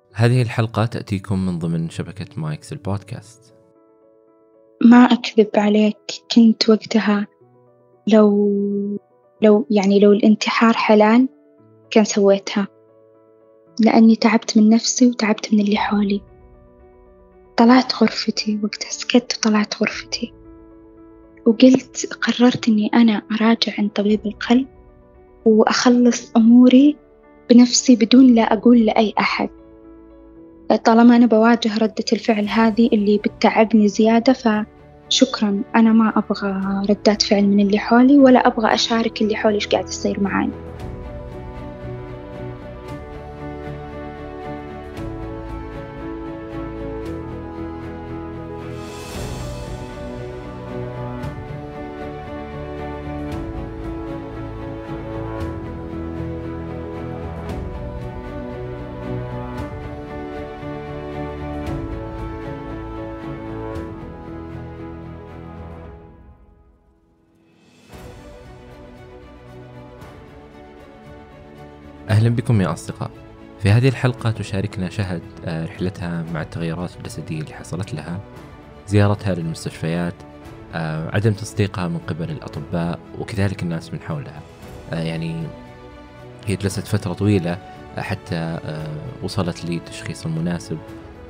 هذه الحلقة تأتيكم من ضمن شبكة مايكس البودكاست. ما أكذب عليك، كنت وقتها لو لو الانتحار حلال كان سويتها، لأني تعبت من نفسي وتعبت من اللي حولي. طلعت غرفتي وقتها، سكت وطلعت غرفتي قررت إني أنا أراجع عند طبيب القلب وأخلص أموري بنفسي بدون لا أقول لأي أحد، طالما أنا بواجه ردة الفعل هذه اللي بتتعبني زيادة. فشكرا، أنا ما أبغى ردات فعل من اللي حولي، ولا أبغى أشارك اللي حولي إيش قاعد يصير معاي. أهلا بكم يا أصدقاء. في هذه الحلقة تشاركنا شهد رحلتها مع التغيرات الجسدية اللي حصلت لها، زيارتها للمستشفيات، عدم تصديقها من قبل الأطباء وكذلك الناس من حولها. يعني هي جلست فترة طويلة حتى وصلت للتشخيص المناسب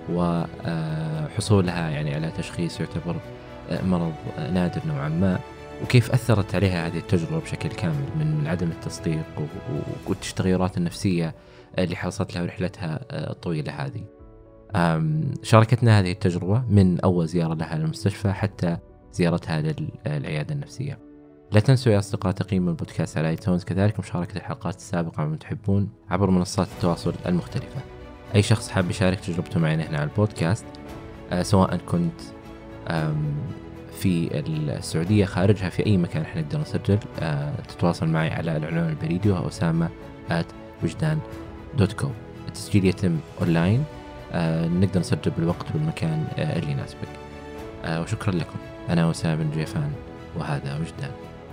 وحصولها يعني على تشخيص يعتبر مرض نادر نوعا ما، وكيف أثرت عليها هذه التجربة بشكل كامل من عدم التصديق والتغيرات النفسية اللي حصلت لها رحلتها الطويلة هذه. شاركتنا هذه التجربة من أول زيارة لها للمستشفى حتى زيارتها للعيادة النفسية. لا تنسوا يا أصدقاء تقييم البودكاست على iTunes، كذلك مشاركة الحلقات السابقة مع من تحبون عبر منصات التواصل المختلفة. أي شخص حاب يشارك تجربته معنا هنا على البودكاست، سواء كنت في السعودية خارجها في أي مكان احنا نقدر نسجل، تتواصل معي على العنوان البريدي وهو أسامة@وجدان.com. التسجيل يتم أونلاين، نقدر نسجل بالوقت والمكان اللي يناسبك. وشكرا لكم. أنا أسامة بن جيفان وهذا وجدان.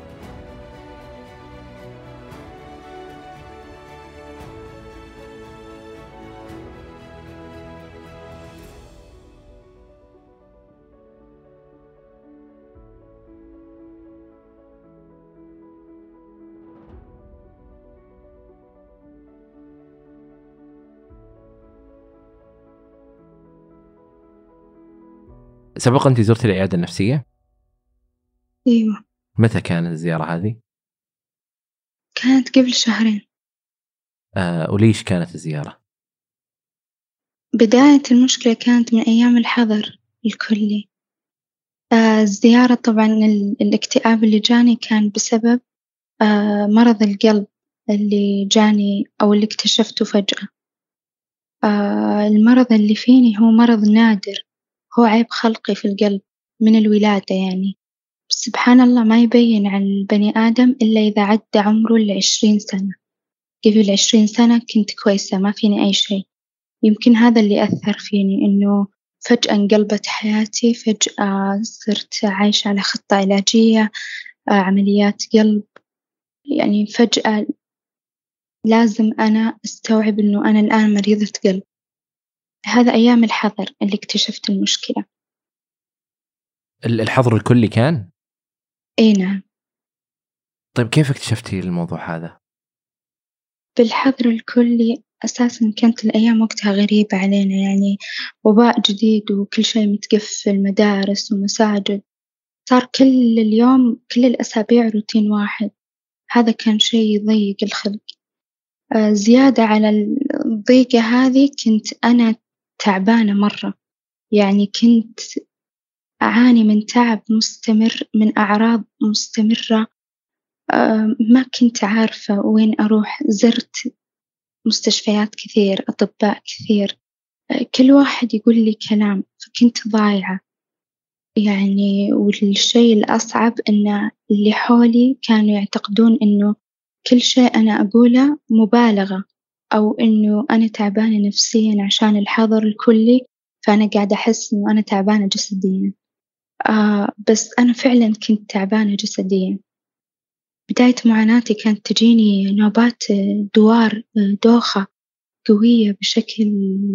سبق أنت زرت العيادة النفسية؟ أيوة. متى كانت الزيارة هذه؟ كانت قبل شهرين. وليش كانت الزيارة؟ بداية المشكلة كانت من أيام الحظر الكلي. الزيارة طبعا الاكتئاب اللي جاني كان بسبب مرض القلب اللي جاني أو اللي اكتشفته فجأة. المرض اللي فيني هو مرض نادر، هو عيب خلقي في القلب من الولادة يعني، بس سبحان الله ما يبين على البني آدم إلا إذا عدى عمره 20 سنة. قبل 20 سنة كنت كويسة، ما فيني أي شيء. يمكن هذا اللي أثر فيني، إنه فجأة انقلبت حياتي، فجأة صرت عايشة على خطة علاجية، عمليات قلب. يعني فجأة لازم أنا أستوعب إنه أنا الآن مريضة قلب. هذا أيام الحظر اللي اكتشفت المشكلة. الحظر الكلي كان؟ إيه نعم. طيب كيف اكتشفتي الموضوع هذا؟ بالحظر الكلي أساسًا كانت الأيام وقتها غريبة علينا، يعني وباء جديد وكل شي متقفل، مدارس ومساجد، صار كل اليوم كل الأسابيع روتين واحد. هذا كان شي يضيق الخلق. زيادة على الضيقة هذه كنت أنا تعبانة مرة، يعني كنت أعاني من تعب مستمر، من أعراض مستمرة. ما كنت عارفة وين أروح. زرت مستشفيات كثير، أطباء كثير، كل واحد يقول لي كلام، فكنت ضايعة يعني. والشي الأصعب إن اللي حولي كانوا يعتقدون إنه كل شيء أنا أقوله مبالغة، أو إنه أنا تعبانة نفسيًا عشان الحظر الكلي، فأنا قاعدة أحس إنه أنا تعبانة جسديًا. بس أنا فعلًا كنت تعبانة جسديًا. بداية معاناتي كانت تجيني نوبات دوار، دوخة قوية بشكل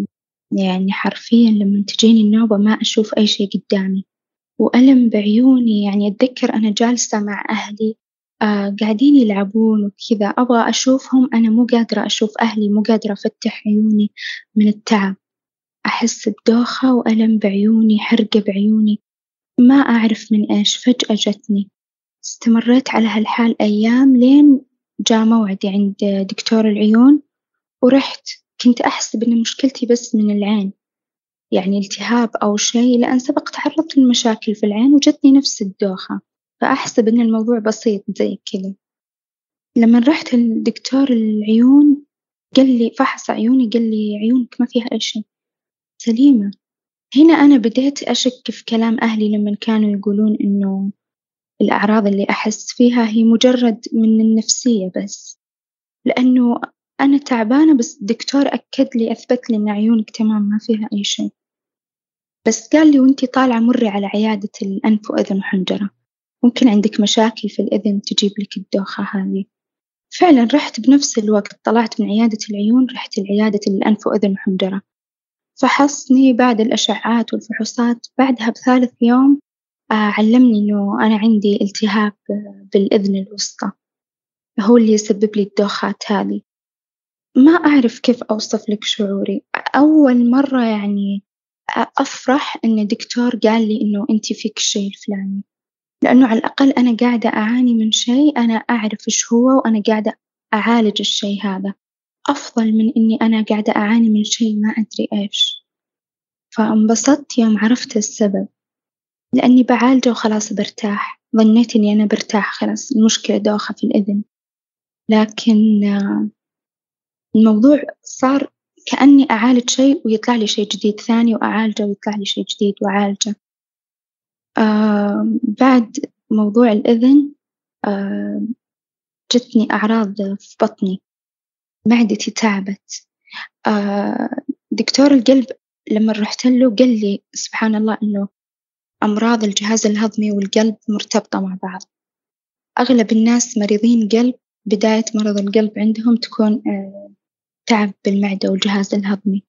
يعني حرفيًا لمن تجيني النوبة ما أشوف أي شي قدامي، وألم بعيوني، يعني أتذكر أنا جالسة مع أهلي قاعدين يلعبون وكذا، أبغى أشوفهم أنا مو قادرة أشوف أهلي، مو قادرة أفتح عيوني من التعب، أحس بدوخة وألم بعيوني، حرقة بعيوني، ما أعرف من إيش فجأة جتني. استمريت على هالحال أيام لين جا موعدي عند دكتور العيون ورحت، كنت أحسب إن مشكلتي بس من العين، يعني التهاب أو شي، لأن سبق تعرضت لمشاكل في العين وجتني نفس الدوخة، فأحسب إن الموضوع بسيط زي كذا. لمن رحت لدكتور العيون قال لي فحص عيوني قال لي عيونك ما فيها أي شي، سليمة. هنا أنا بديت أشك في كلام أهلي لمن كانوا يقولون إنه الأعراض اللي أحس فيها هي مجرد من النفسية بس، لأنه أنا تعبانة بس الدكتور أكد لي أثبت لي إن عيونك تمام ما فيها أي شي، بس قال لي وأنتِ طالعة مري على عيادة الأنف وأذن وحنجرة، ممكن عندك مشاكل في الإذن تجيب لك الدوخة هذي. فعلًا رحت بنفس الوقت طلعت من عيادة العيون رحت لعيادة الأنف وأذن وحنجرة، فحصني بعد الأشعات والفحوصات، بعدها بثالث يوم علمني إنه أنا عندي التهاب بالأذن الوسطى، هو اللي يسبب لي الدوخات هذي. ما أعرف كيف أوصف لك شعوري، أول مرة يعني أفرح إن دكتور قال لي إنه أنتِ فيك الشي الفلاني، لأنه على الأقل أنا قاعدة أعاني من شي أنا أعرف إيش هو وأنا قاعدة أعالج الشي هذا، أفضل من إني أنا قاعدة أعاني من شي ما أدري إيش. فانبسطت يوم عرفت السبب، لأني بعالجه وخلاص برتاح، ظنيت إني أنا برتاح خلاص المشكلة دوخة في الإذن، لكن الموضوع صار كأني أعالج شيء ويطلع لي شيء جديد ثاني وأعالجه ويطلع لي شيء جديد وأعالجه. بعد موضوع الإذن آه جتني أعراض في بطني، معدتي تعبت. آه دكتور القلب لما رحت له قال لي سبحان الله إنه أمراض الجهاز الهضمي والقلب مرتبطة مع بعض، أغلب الناس مريضين قلب بداية مرض القلب عندهم تكون تعب بالمعدة والجهاز الهضمي.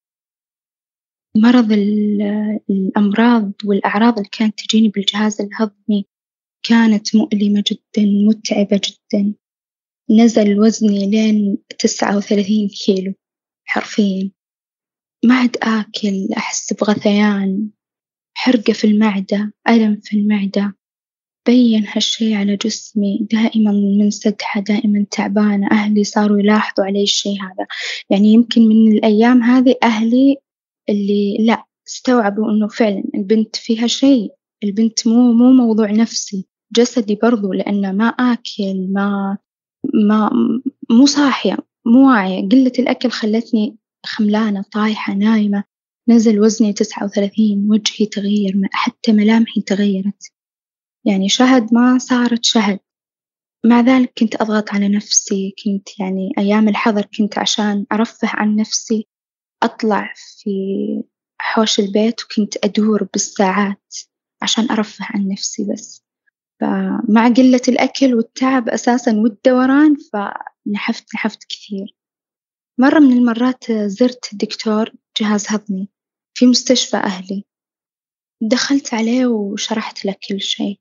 مرض الأمراض والأعراض اللي كانت تجيني بالجهاز الهضمي كانت مؤلمة جدًا، متعبة جدًا، نزل وزني لين 39 كيلو حرفيًا، ما عاد آكل، أحس بغثيان، حرقة في المعدة، ألم في المعدة، بين هالشي على جسمي، دائمًا منسدحة، دائمًا تعبانة، أهلي صاروا يلاحظوا علي الشي هذا، يعني يمكن من الأيام هذي أهلي اللي لأ استوعبوا إنه فعلًا البنت فيها شي، البنت مو موضوع نفسي، جسدي برضه لأن ما آكل ما مو صاحية، مو واعية، قلة الأكل خلتني خملانة، طايحة، نايمة، نزل وزني 39، وجهي تغير، حتى ملامحي تغيرت، يعني شهد ما صارت شهد. مع ذلك كنت أضغط على نفسي، كنت يعني أيام الحظر كنت عشان أرفه عن نفسي أطلع في حوش البيت وكنت أدور بالساعات عشان أرفه عن نفسي بس، فمع قلة الأكل والتعب أساسًا والدوران فنحفت كثير. مرة من المرات زرت دكتور جهاز هضمي في مستشفى أهلي، دخلت عليه وشرحت له كل شي،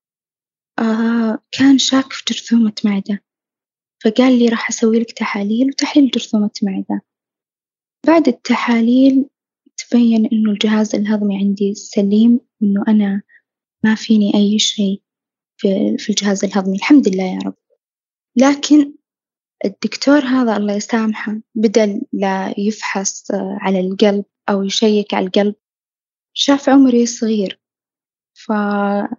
كان شاك في جرثومة معدة، فقال لي راح أسوي لك تحاليل وتحليل جرثومة معدة، بعد التحاليل تبين إنه الجهاز الهضمي عندي سليم، إنه أنا ما فيني أي شي في الجهاز الهضمي الحمد لله يا رب، لكن الدكتور هذا الله يسامحه بدل لا يفحص على القلب أو يشيك على القلب شاف عمري صغير فتجاهل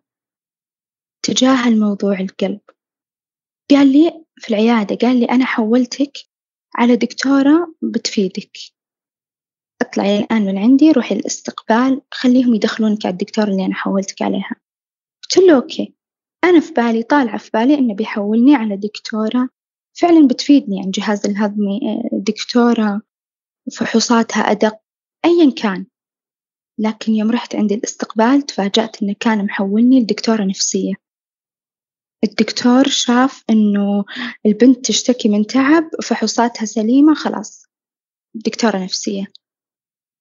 موضوع القلب، قال لي في العيادة قال لي أنا حولتك على دكتورة بتفيدك، اطلعي الآن من عندي روحي الاستقبال خليهم يدخلونك على الدكتورة اللي أنا حولتك عليها. قلت له أوكي، أنا في بالي طالعة في بالي إنه بيحولني على دكتورة فعلًا بتفيدني عن الجهاز الهضمي، دكتورة فحوصاتها أدق أيًا كان، لكن يوم رحت عند الاستقبال تفاجأت إنه كان محولني لدكتورة نفسية، الدكتور شاف إنه البنت تشتكي من تعب فحوصاتها سليمة خلاص دكتورة نفسية،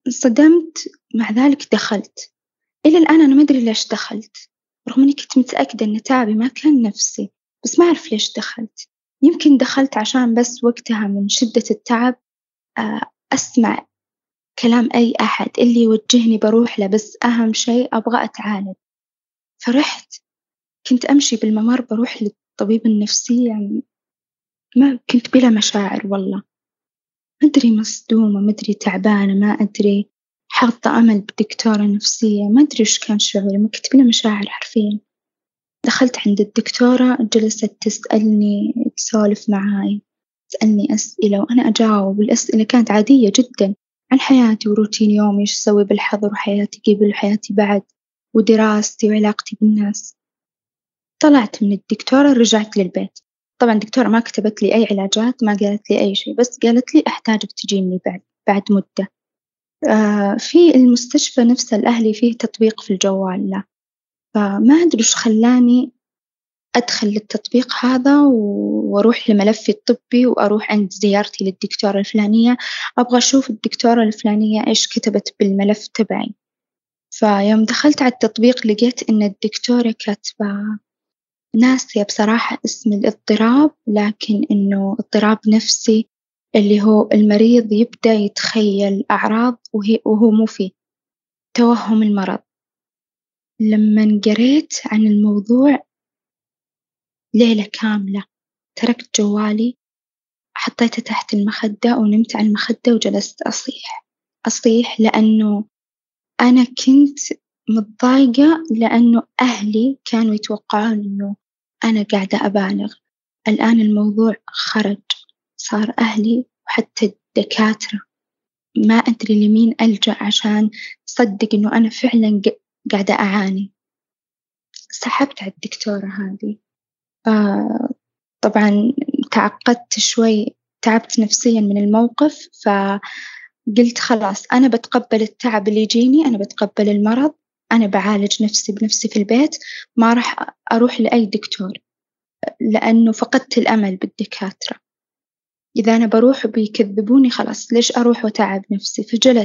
انصدمت، مع ذلك دخلت. إلى الآن أنا ما أدري ليش دخلت، رغم إني كنت متأكدة إن تعبي ما كان نفسي، بس ما أعرف ليش دخلت. يمكن دخلت عشان بس وقتها من شدة التعب أسمع كلام أي أحد، اللي يوجهني بروح له، بس أهم شي أبغى أتعالج. فرحت، كنت أمشي بالممر بروح للطبيب النفسي، يعني ما كنت بلا مشاعر والله، ما أدري مصدومة، ما أدري تعبانة، ما أدري حاطة أمل بدكتورة نفسية، ما أدري إيش كان شعوري، ما كنت بلا مشاعر حرفيًا. دخلت عند الدكتورة، جلست تسألني، تسولف معاي، تسألني أسئلة وأنا أجاوب. الأسئلة كانت عادية جدًا، عن حياتي وروتين يومي، إيش أسوي بالحظر، وحياتي قبل وحياتي بعد، ودراستي وعلاقتي بالناس. طلعت من الدكتورة رجعت للبيت. طبعًا الدكتورة ما كتبت لي أي علاجات، ما قالت لي أي شي، بس قالت لي أحتاجك تجيني بعد مدة. في المستشفى نفسه الأهلي فيه تطبيق في الجوال له، فما أدري إيش خلاني أدخل للتطبيق هذا وأروح لملفي الطبي وأروح عند زيارتي للدكتورة الفلانية، أبغى أشوف الدكتورة الفلانية إيش كتبت بالملف تبعي. فيوم دخلت على التطبيق لقيت إن الدكتورة كاتبة، ناسية بصراحة اسم الاضطراب، لكن إنه اضطراب نفسي، اللي هو المريض يبدأ يتخيل أعراض وهو مو فيه، توهم المرض. لمن قريت عن الموضوع ليلة كاملة تركت جوالي، حطيته تحت المخدة ونمت على المخدة وجلست أصيح لأنه أنا كنت متضايقة، لأنه أهلي كانوا يتوقعون إنه أنا قاعدة أبالغ. الآن الموضوع خرج، صار أهلي وحتى الدكاترة ما أدري لمين ألجأ عشان تصدق إنه أنا فعلًا قاعدة أعاني. سحبت على الدكتورة هذي. طبعًا تعقدت شوي، تعبت نفسيًا من الموقف، فقلت خلاص أنا بتقبل التعب اللي يجيني، أنا بتقبل المرض، أنا بعالج نفسي بنفسي في البيت، ما راح أروح لأي دكتور، لأنه فقدت الأمل بالدكاترة. إذا أنا بروح وبيكذبوني خلاص ليش أروح وأتعب نفسي؟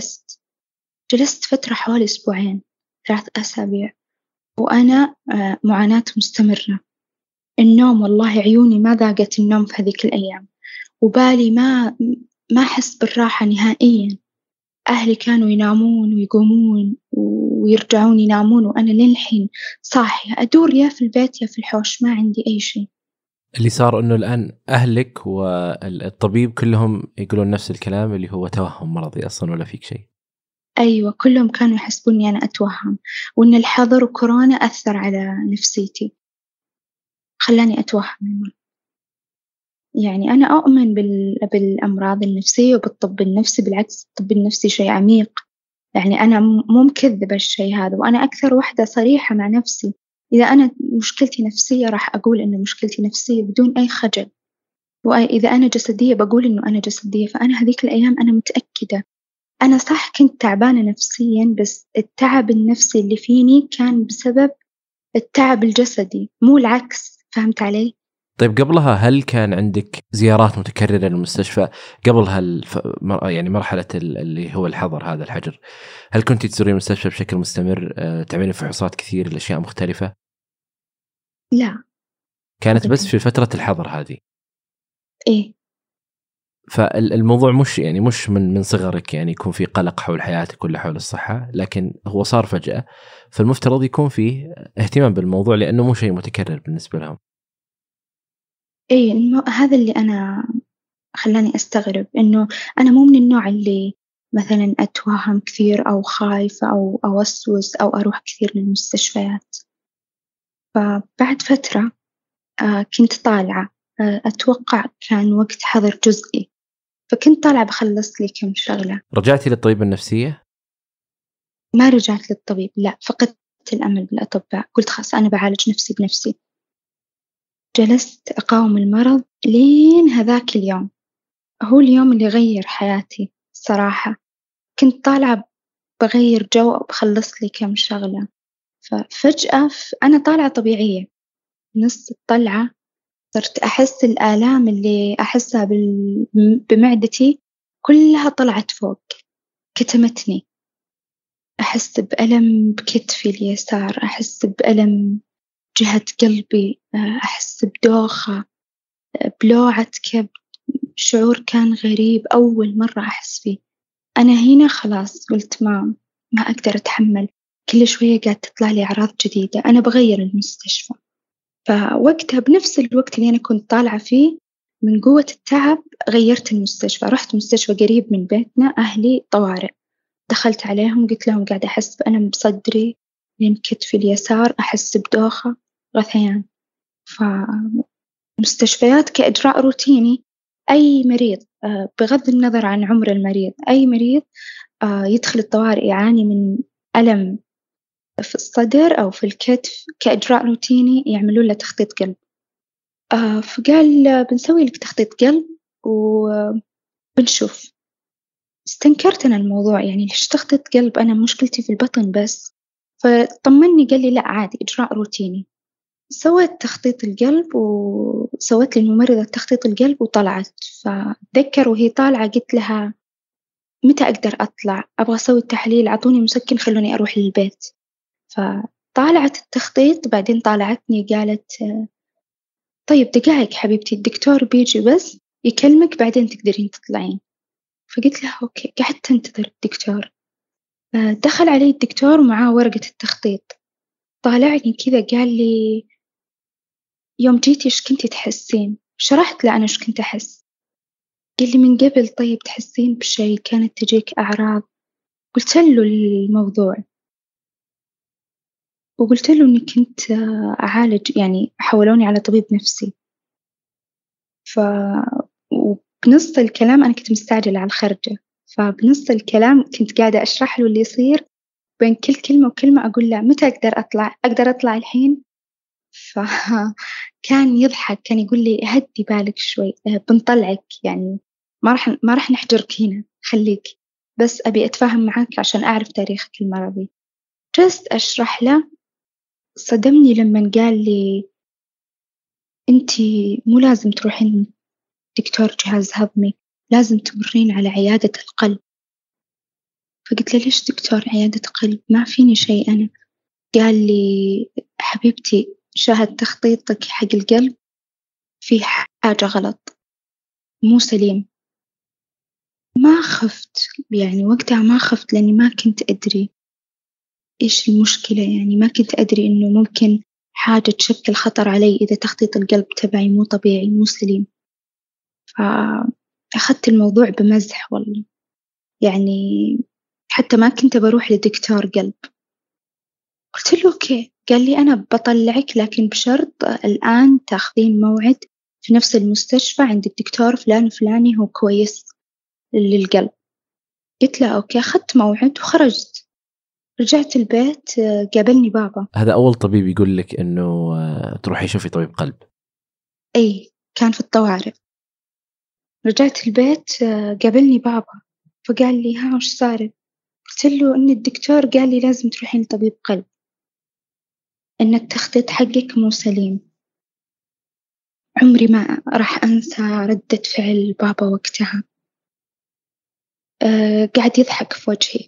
جلست فترة حوالي أسبوعين، 3 أسابيع، وأنا معاناة مستمرة. النوم والله عيوني ما ذاقت النوم في هذيك الأيام، وبالي ما أحس بالراحة نهائيًا. أهلي كانوا ينامون ويقومون ويرجعون ينامون وأنا للحين صاحية أدور يا في البيت يا في الحوش، ما عندي أي شي. اللي صار إنه الآن أهلك والطبيب كلهم يقولون نفس الكلام، اللي هو توهم مرضي أصلًا ولا فيك شيء. أيوة، كلهم كانوا يحسبون إني أنا أتوهم، وإن الحظر وكورونا أثر على نفسيتي، خلاني أتوهم. يعني أنا أؤمن بالأمراض النفسية وبالطب النفسي، بالعكس الطب النفسي شي عميق، يعني أنا مو مكذبة الشي هذا، وأنا أكثر واحدة صريحة مع نفسي. إذا أنا مشكلتي نفسية راح أقول إن مشكلتي نفسية بدون أي خجل، وإذا أنا جسدية بقول إنه أنا جسدية. فأنا هذيك الأيام أنا متأكدة أنا صح كنت تعبانة نفسيًا، بس التعب النفسي اللي فيني كان بسبب التعب الجسدي مو العكس، فهمت علي؟ طيب قبلها هل كان عندك زيارات متكررة للمستشفى قبل يعني مرحلة اللي هو الحظر هذا الحجر؟ هل كنتِ تزورين المستشفى بشكل مستمر، تعملين فحوصات كثير لأشياء مختلفة؟ لا كانت بس أبدًا. في فترة الحظر هذه. إيه. الموضوع مش من صغرك يعني يكون في قلق حول حياتك ولا حول الصحة، لكن هو صار فجأة، فالمفترض يكون فيه اهتمام بالموضوع لأنه مو شيء متكرر بالنسبة لهم. إيه هذا اللي أنا خلّاني أستغرب، إنه أنا مو من النوع اللي مثلًا أتوهم كثير أو خايفة أو أوسوس أو أروح كثير للمستشفيات. فبعد فترة كنت طالعة، أتوقع كان وقت حظر جزئي، فكنت طالعة باخلّص لي كم شغلة. رجعتِ للطبيبة النفسية؟ ما رجعت للطبيب، لأ، فقدت الأمل بالأطباء، قُلت خلاص أنا باعالج نفسي بنفسي. جلست أقاوم المرض لين هذاك اليوم، هو اليوم اللي غيّر حياتي الصراحة. كنت طالعة باغيّر جو أو باخلّص لي كام شغلة، ففجأة أنا طالعة طبيعية، نص الطلعة صرت أحس الآلام اللي أحسها بمعدتي كلها طلعت فوق، كتمتني. أحس بألم بكتفي اليسار، أحس بألم جهة قلبي، أحس بدوخة، بلوعة كبد. شعور كان غريب أول مرة أحس فيه. أنا هنا خلاص قلت ما أقدر أتحمل، كل شوية قاعد تطلع لي أعراض جديدة، أنا بغير المستشفى. فوقتها بنفس الوقت اللي أنا كنت طالعة فيه من قوة التعب غيرت المستشفى، رحت مستشفى قريب من بيتنا، أهلي طوارئ. دخلت عليهم قلت لهم قاعدة أحس بألم بصدري من كتفي اليسار، أحس بدوخة، غثيان. فمستشفيات كإجراء روتيني أي مريض بغض النظر عن عمر المريض، أي مريض يدخل الطوارئ يعاني من ألم في الصدر أو في الكتف كإجراء روتيني يعملون له تخطيط قلب. فقال بنسوي لك تخطيط قلب وبنشوف. استنكرت أنا الموضوع، يعني ليش تخطيط قلب؟ أنا مشكلتي في البطن بس. فطمني قال لي لأ عادي إجراء روتيني. سويت تخطيط القلب وسوت لي الممرضة تخطيط القلب وطلعت. فأتذكر وهي طالعة قلت لها متى أقدر أطلع؟ أبغى أسوي التحاليل، أعطوني مسكن خلوني أروح للبيت. فطالعت التخطيط بعدين طالعتني قالت طيب دقايق حبيبتي الدكتور بيجي بس يكلمك بعدين تقدرين تطلعين. فقلت لها أوكي. قعدت أنتظر الدكتور. دخل علي الدكتور ومعاه ورقة التخطيط، طالعني كذا قال لي يوم جيتي إيش كنتي تحسين؟ شرحت له أنا إيش كنت أحس. قال لي من قبل طيب تحسين بشي، كانت تجيك أعراض؟ قلت له الموضوع وقلت له إني كنت أعالج، يعني حولوني على طبيب نفسي. ف وبنص الكلام أنا كنت مستعجلة على الخرجة، فبنص الكلام كنت قاعدة أشرح له اللي يصير، بين كل كلمة وكلمة أقول له متى أقدر أطلع؟ أقدر أطلع الحين؟ فكان يضحك، كان يقول لي هدي بالك شوي، بنطلعك يعني، ما راح نحجرك هنا، خليك بس أبي أتفاهم معاك عشان أعرف تاريخك المرضي. جلست أشرح له. صدمني لما قال لي أنتي مو لازم تروحين دكتور جهاز هضمي، لازم تمرين على عيادة القلب. فقلت له ليش دكتور عيادة قلب؟ ما فيني شيء أنا. قال لي حبيبتي شاهد تخطيطك حق القلب فيه حاجة غلط، مو سليم. ما خفت، يعني وقتها ما خفت لأني ما كنت أدري إيش المشكلة، يعني ما كنت أدري إنه ممكن حاجة تشكل خطر علي إذا تخطيط القلب تبعي مو طبيعي مو سليم. فأخذت الموضوع بمزح والله، يعني حتى ما كنت بروح لدكتور قلب. قلت له أوكي. قال لي أنا بطلعك لكن بشرط الآن تاخذين موعد في نفس المستشفى عند الدكتور فلان فلاني هو كويس للقلب. قلت له أوكي. أخذت موعد وخرجت. رجعت البيت قابلني بابا. هذا أول طبيب يقول لك إنه تروحي شوفي طبيب قلب؟ أي كان في الطوارئ. رجعت البيت قابلني بابا فقال لي ها وش صار؟ قلت له إن الدكتور قال لي لازم تروحين لطبيب قلب، إن التخطيط حقك مو سليم. عمري ما راح أنسى ردة فعل بابا وقتها. قاعد يضحك في وجهي.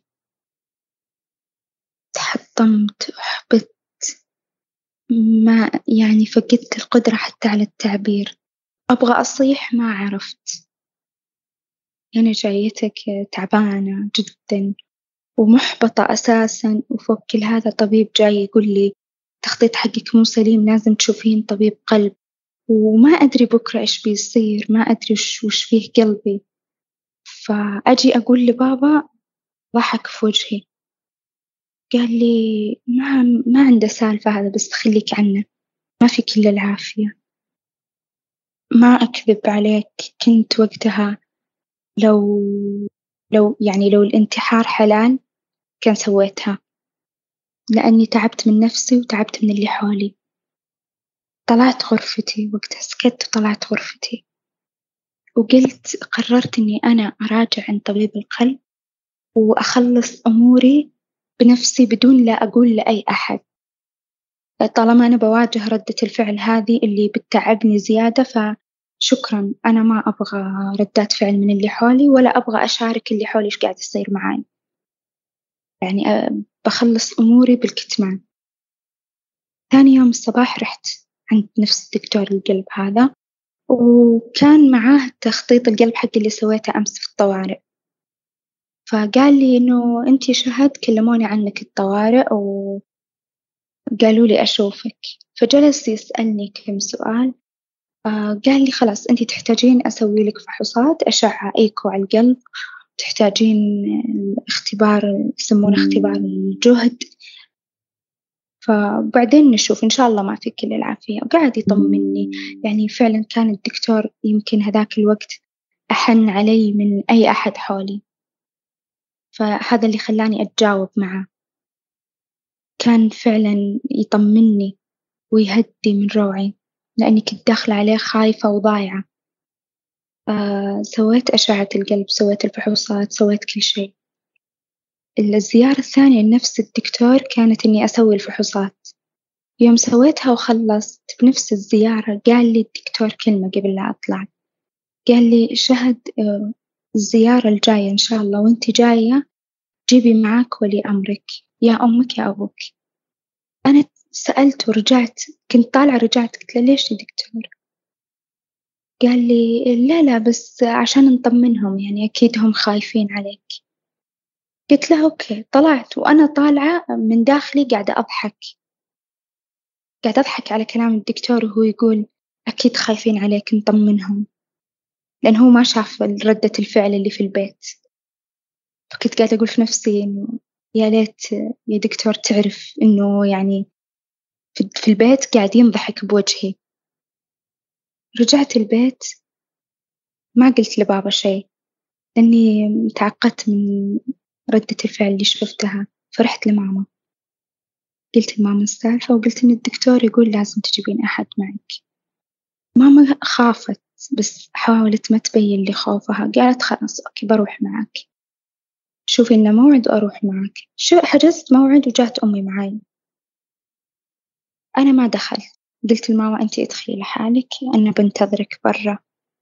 تحطمت أحبطت، ما يعني فقدت القدرة حتى على التعبير. أبغى أصيح ما عرفت. أنا جايتك تعبانة جدا ومحبطة أساسا، وفوق كل هذا طبيب جاي يقول لي التخطيط حقك مو سليم لازم تشوفين طبيب قلب، وما أدري بكرة إيش بيصير، ما أدري وش فيه قلبي. فأجي أقول لبابا ضحك في وجهي. قال لي ما عنده سالفة هذا، بس خليك عنه، ما في كل العافية. ما أكذب عليك كنت وقتها لو لو الانتحار حلال كان سويتها، لأني تعبت من نفسي وتعبت من اللي حولي. طلعت غرفتي وقتها، سكت وطلعت غرفتي قررت إني أنا أراجع عند طبيب القلب وأخلص أموري بنفسي بدون لا أقول لأي أحد، طالما أنا بواجه ردة الفعل هذه اللي بتتعبني زيادة. فشكرا، أنا ما أبغى ردات فعل من اللي حولي ولا أبغى أشارك اللي حولي إيش قاعد يصير معاي. يعني بخلص أموري بالكتمان. ثاني يوم الصباح رحت عند نفس دكتور القلب هذا، وكان معاه تخطيط القلب حقي اللي سويته أمس في الطوارئ. فقال لي إنه أنتِ شهد كلموني عنك الطوارئ وقالوا لي أشوفك، فجلس يسألني كم سؤال. قال لي خلاص أنتِ تحتاجين أسوي لك فحوصات أشعة إيكو على القلب، تحتاجين اختبار يسمونه اختبار الجهد، فبعدين نشوف إن شاء الله ما فيك إلا العافية. وقعد يطمني، يعني فعلًا كان الدكتور يمكن هذاك الوقت أحن علي من أي أحد حولي، فهذا اللي خلاني أتجاوب معاه. كان فعلًا يطمني ويهدي من روعي، لأني كنت داخلة عليه خايفة وضايعة. سويت أشعة القلب، سويت الفحوصات، سويت كل شي. الزيارة الثانية لنفس الدكتور كانت إني أسوي الفحوصات. يوم سويتها وخلصت بنفس الزيارة قال لي الدكتور كلمة قبل لا أطلع، قال لي شهد الزيارة الجاية إن شاء الله وأنتِ جاية جيبي معاك ولي أمرك، يا أمك يا أبوك. أنا سألت ورجعت، كنت طالعة رجعت قلت له ليش يا دكتور؟ قال لي لا لا بس عشان نطمنهم يعني أكيد هم خايفين عليك. قلت له أوكي. طلعت وأنا طالعة من داخلي قاعدة أضحك، قاعدة أضحك على كلام الدكتور وهو يقول أكيد خايفين عليك نطمنهم، لأن هو ما شاف ردة الفعل اللي في البيت. فكنت قاعدة أقول في نفسي إنه يا ليت يا دكتور تعرف إنه يعني في البيت قاعد ينضحك بوجهي. رجعت البيت ما قلت لبابا شي، لأني تعقدت من ردة الفعل اللي شفتها. فرحت لماما، قلت لماما السالفة وقلت إن الدكتور يقول لازم تجيبين أحد معك. ماما خافت بس حاولت ما تبين لي خوفها، قالت خلاص أوكي بروح معك، شوفي لنا موعد وأروح معك. حجزت موعد وجات أمي معاي. أنا ما دخلت، قلت لماما أنتي ادخلي لحالك أنا بنتظرك برا.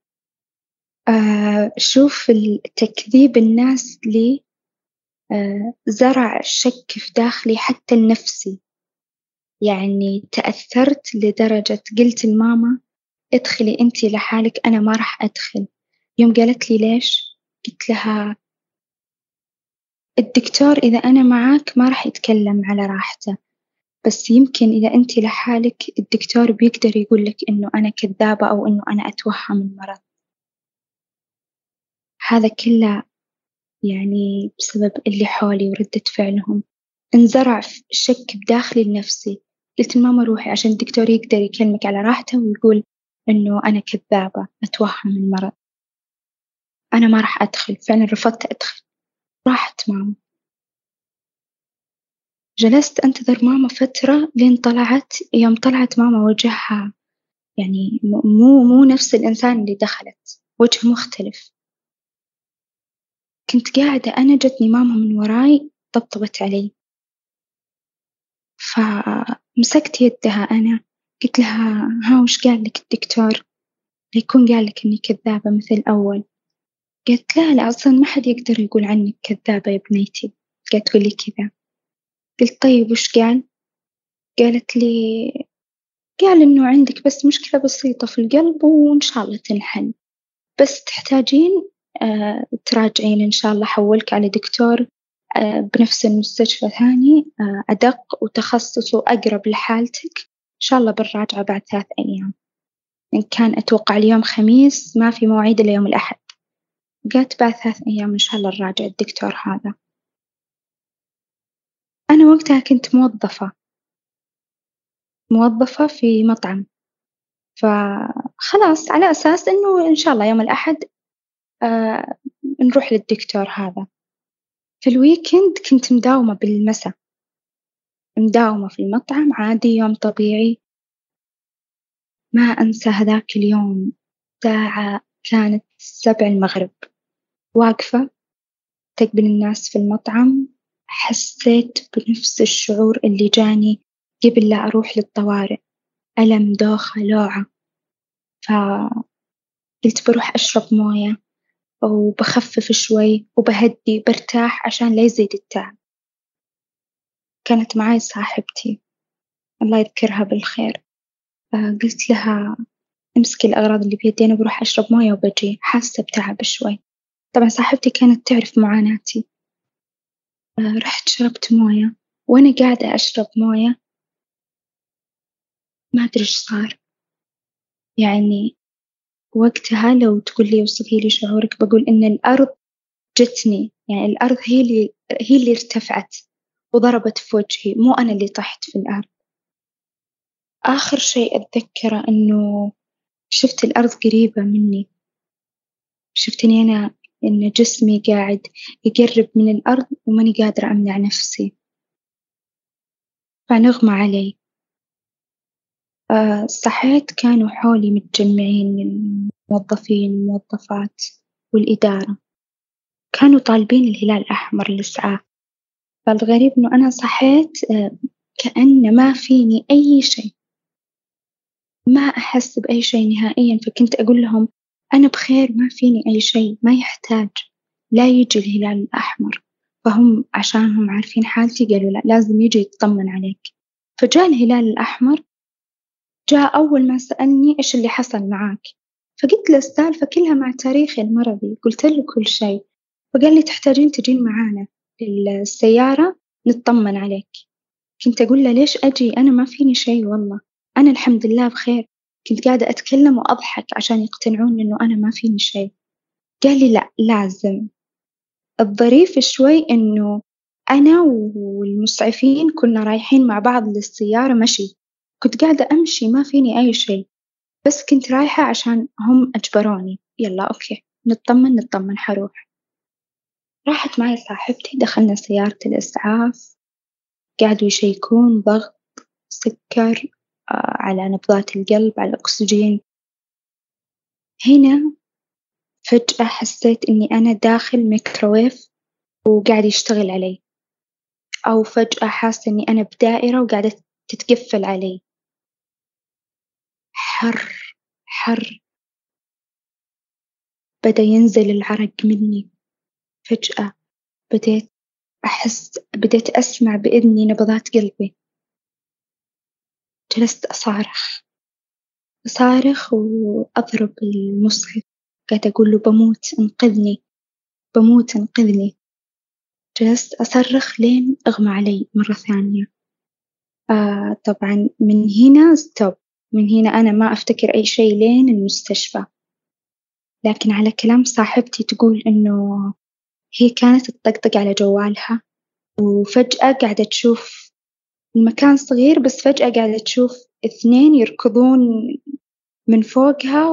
شوف تكذيب الناس لي زرع الشك في داخلي حتى النفسي. يعني تأثرت لدرجة قلت لماما ادخلي أنتي لحالك أنا ما راح أدخل. يوم قالت لي ليش؟ قلت لها الدكتور إذا أنا معاك ما راح يتكلم على راحته، بس يمكن إذا أنتِ لحالك الدكتور بيقدر يقول لك إنه أنا كذابة أو إنه أنا أتوهم المرض. هذا كله يعني بسبب اللي حولي وردة فعلهم. انزرع شك بداخلي لنفسي. قلت لماما روحي عشان الدكتور يقدر يكلمك على راحته ويقول إنه أنا كذابة أتوهم المرض. أنا ما راح أدخل، فعلًا رفضت أدخل. راحت ماما. جلست أنتظر ماما فترة لين طلعت. يوم طلعت ماما وجهها يعني مو نفس الإنسان اللي دخلت، وجه مختلف. كنت قاعدة أنا جتني ماما من وراي طبطبت علي، فمسكت يدها أنا قلت لها ها وش قال لك الدكتور؟ ليكون قال لك إني كذابة مثل أول. قالت لا لا أصلا ما حد يقدر يقول عنك كذابة يا بنيتي، قالت تقولي كذا. قلت طيب وش قال؟ قالت لي قال إنه عندك بس مشكلة بسيطة في القلب وإن شاء الله تنحل، بس تحتاجين تراجعين إن شاء الله حولك على دكتور بنفس المستشفى ثاني أدق وتخصصه أقرب لحالتك. إن شاء الله بنراجعه بعد 3 أيام. إن كان أتوقع اليوم خميس ما في مواعيد إلا يوم الأحد. قالت بعد 3 أيام إن شاء الله نراجع الدكتور هذا. أنا وقتها كنت موظفة في مطعم، فخلاص على أساس إنه إن شاء الله يوم الأحد آه نروح للدكتور هذا. في الويكند كنت مداومة بالمسا، مداومة في المطعم عادي يوم طبيعي. ما أنسى هذاك اليوم، ساعة كانت 7 المغرب، واقفة أستقبل الناس في المطعم. حسيت بنفس الشعور اللي جاني قبل لا أروح للطوارئ، ألم دوخة لوعة. فقلت بروح أشرب موية وبخفف شوي وبهدي برتاح عشان لا يزيد التعب. كانت معاي صاحبتي الله يذكرها بالخير. قلت لها امسكي الأغراض اللي بيديني بروح أشرب موية وبجي، حاسة بتعب شوي. طبعا صاحبتي كانت تعرف معاناتي. رحت شربت موية، وأنا قاعدة أشرب موية ما أدري إيش صار. يعني وقتها لو تقولي وصفي لي شعورك بقول إن الأرض جتني، يعني الأرض هي اللي ارتفعت وضربت في وجهي، مو أنا اللي طحت في الأرض. آخر شيء أتذكره إنه شفت الأرض قريبة مني، شفت إني أنا إن جسمي قاعد يقرب من الأرض وماني قادرة أمنع نفسي، فنغمى علي. صحيت كانوا حولي متجمعين الموظفين الموظفات والإدارة، كانوا طالبين الهلال الأحمر الإسعاف. فالغريب إنه أنا صحيت كأن ما فيني أي شيء، ما أحس بأي شيء نهائيًا. فكنت أقول لهم أنا بخير ما فيني أي شيء، ما يحتاج لا يجي الهلال الأحمر. فهم عشانهم عارفين حالتي قالوا لأ لازم يجي يطمن عليك. فجاء الهلال الأحمر، جاء أول ما سألني إيش اللي حصل معاك، فقلت له السالفة كلها مع تاريخي المرضي، قلت له كل شيء. فقال لي تحتاجين تجين معانا السيارة نطمن عليك. كنت أقول له ليش أجي أنا ما فيني شيء والله، أنا الحمد لله بخير. كنت قاعدة أتكلم وأضحك عشان يقتنعون إنه أنا ما فيني شيء. قال لي لأ لازم. الظريف شوي إنه أنا والمسعفين كنا رايحين مع بعض للسيارة مشي، كنت قاعدة أمشي ما فيني أي شيء، بس كنت رايحة عشان هم أجبروني يلا أوكي نطمن حروح. راحت معي صاحبتي، دخلنا سيارة الإسعاف، قعدوا يشيكون ضغط، سكر، على نبضات القلب، على الأكسجين. هنا فجأة حسيت إني أنا داخل ميكروويف وقاعد يشتغل علي، أو فجأة حاسة إني أنا بدائرة وقاعدة تتقفل علي. حر حر، بدأ ينزل العرق مني فجأة. بديت أسمع بإذني نبضات قلبي. جلست أصارخ وأضرب المصحف، قاعدة أقول له بموت انقذني، بموت انقذني. جلست أصرخ لين أغمى علي مرة ثانية. طبعًا من هنا ستوب، من هنا أنا ما أفتكر أي شي لين المستشفى. لكن على كلام صاحبتي تقول إنه هي كانت تطقطق على جوالها، وفجأة قاعدة تشوف المكان صغير بس فجأة قاعدة تشوف 2 يركضون من فوقها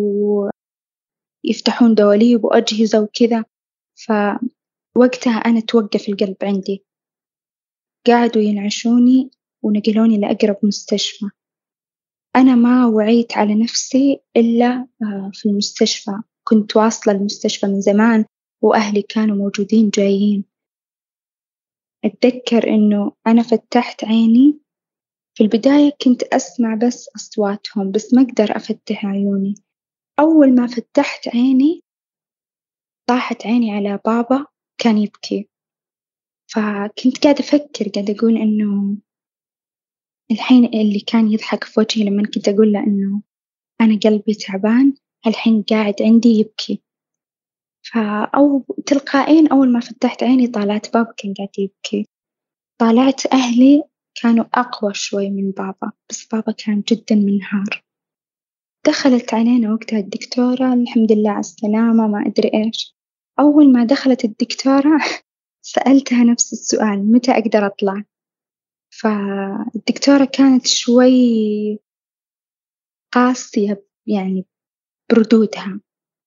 ويفتحون دواليب وأجهزة وكذا. فوقتها أنا توقف القلب عندي، قعدوا ينعشوني ونقلوني لأقرب مستشفى. أنا ما وعيت على نفسي إلا في المستشفى، كنت واصلة المستشفى من زمان وأهلي كانوا موجودين جايين. أتذكر إنه أنا فتحت عيني، في البداية كنت أسمع بس أصواتهم بس ما أقدر أفتح عيوني. أول ما فتحت عيني طاحت عيني على بابا كان يبكي. فكنت قاعدة أفكر قاعدة أقول إنه الحين اللي كان يضحك في وجهي لما كنت أقول له إنه أنا قلبي تعبان، الحين قاعد عندي يبكي. أو تلقائيًا أول ما فتحت عيني طالعت بابا كان قاعد يبكي، طالعت أهلي كانوا أقوى شوي من بابا، بس بابا كان جدًا منهار. دخلت علينا وقتها الدكتورة الحمد لله على السلامة ما أدري إيش. أول ما دخلت الدكتورة سألتها نفس السؤال متى أقدر أطلع؟ فالدكتورة كانت شوي قاسية يعني بردودها،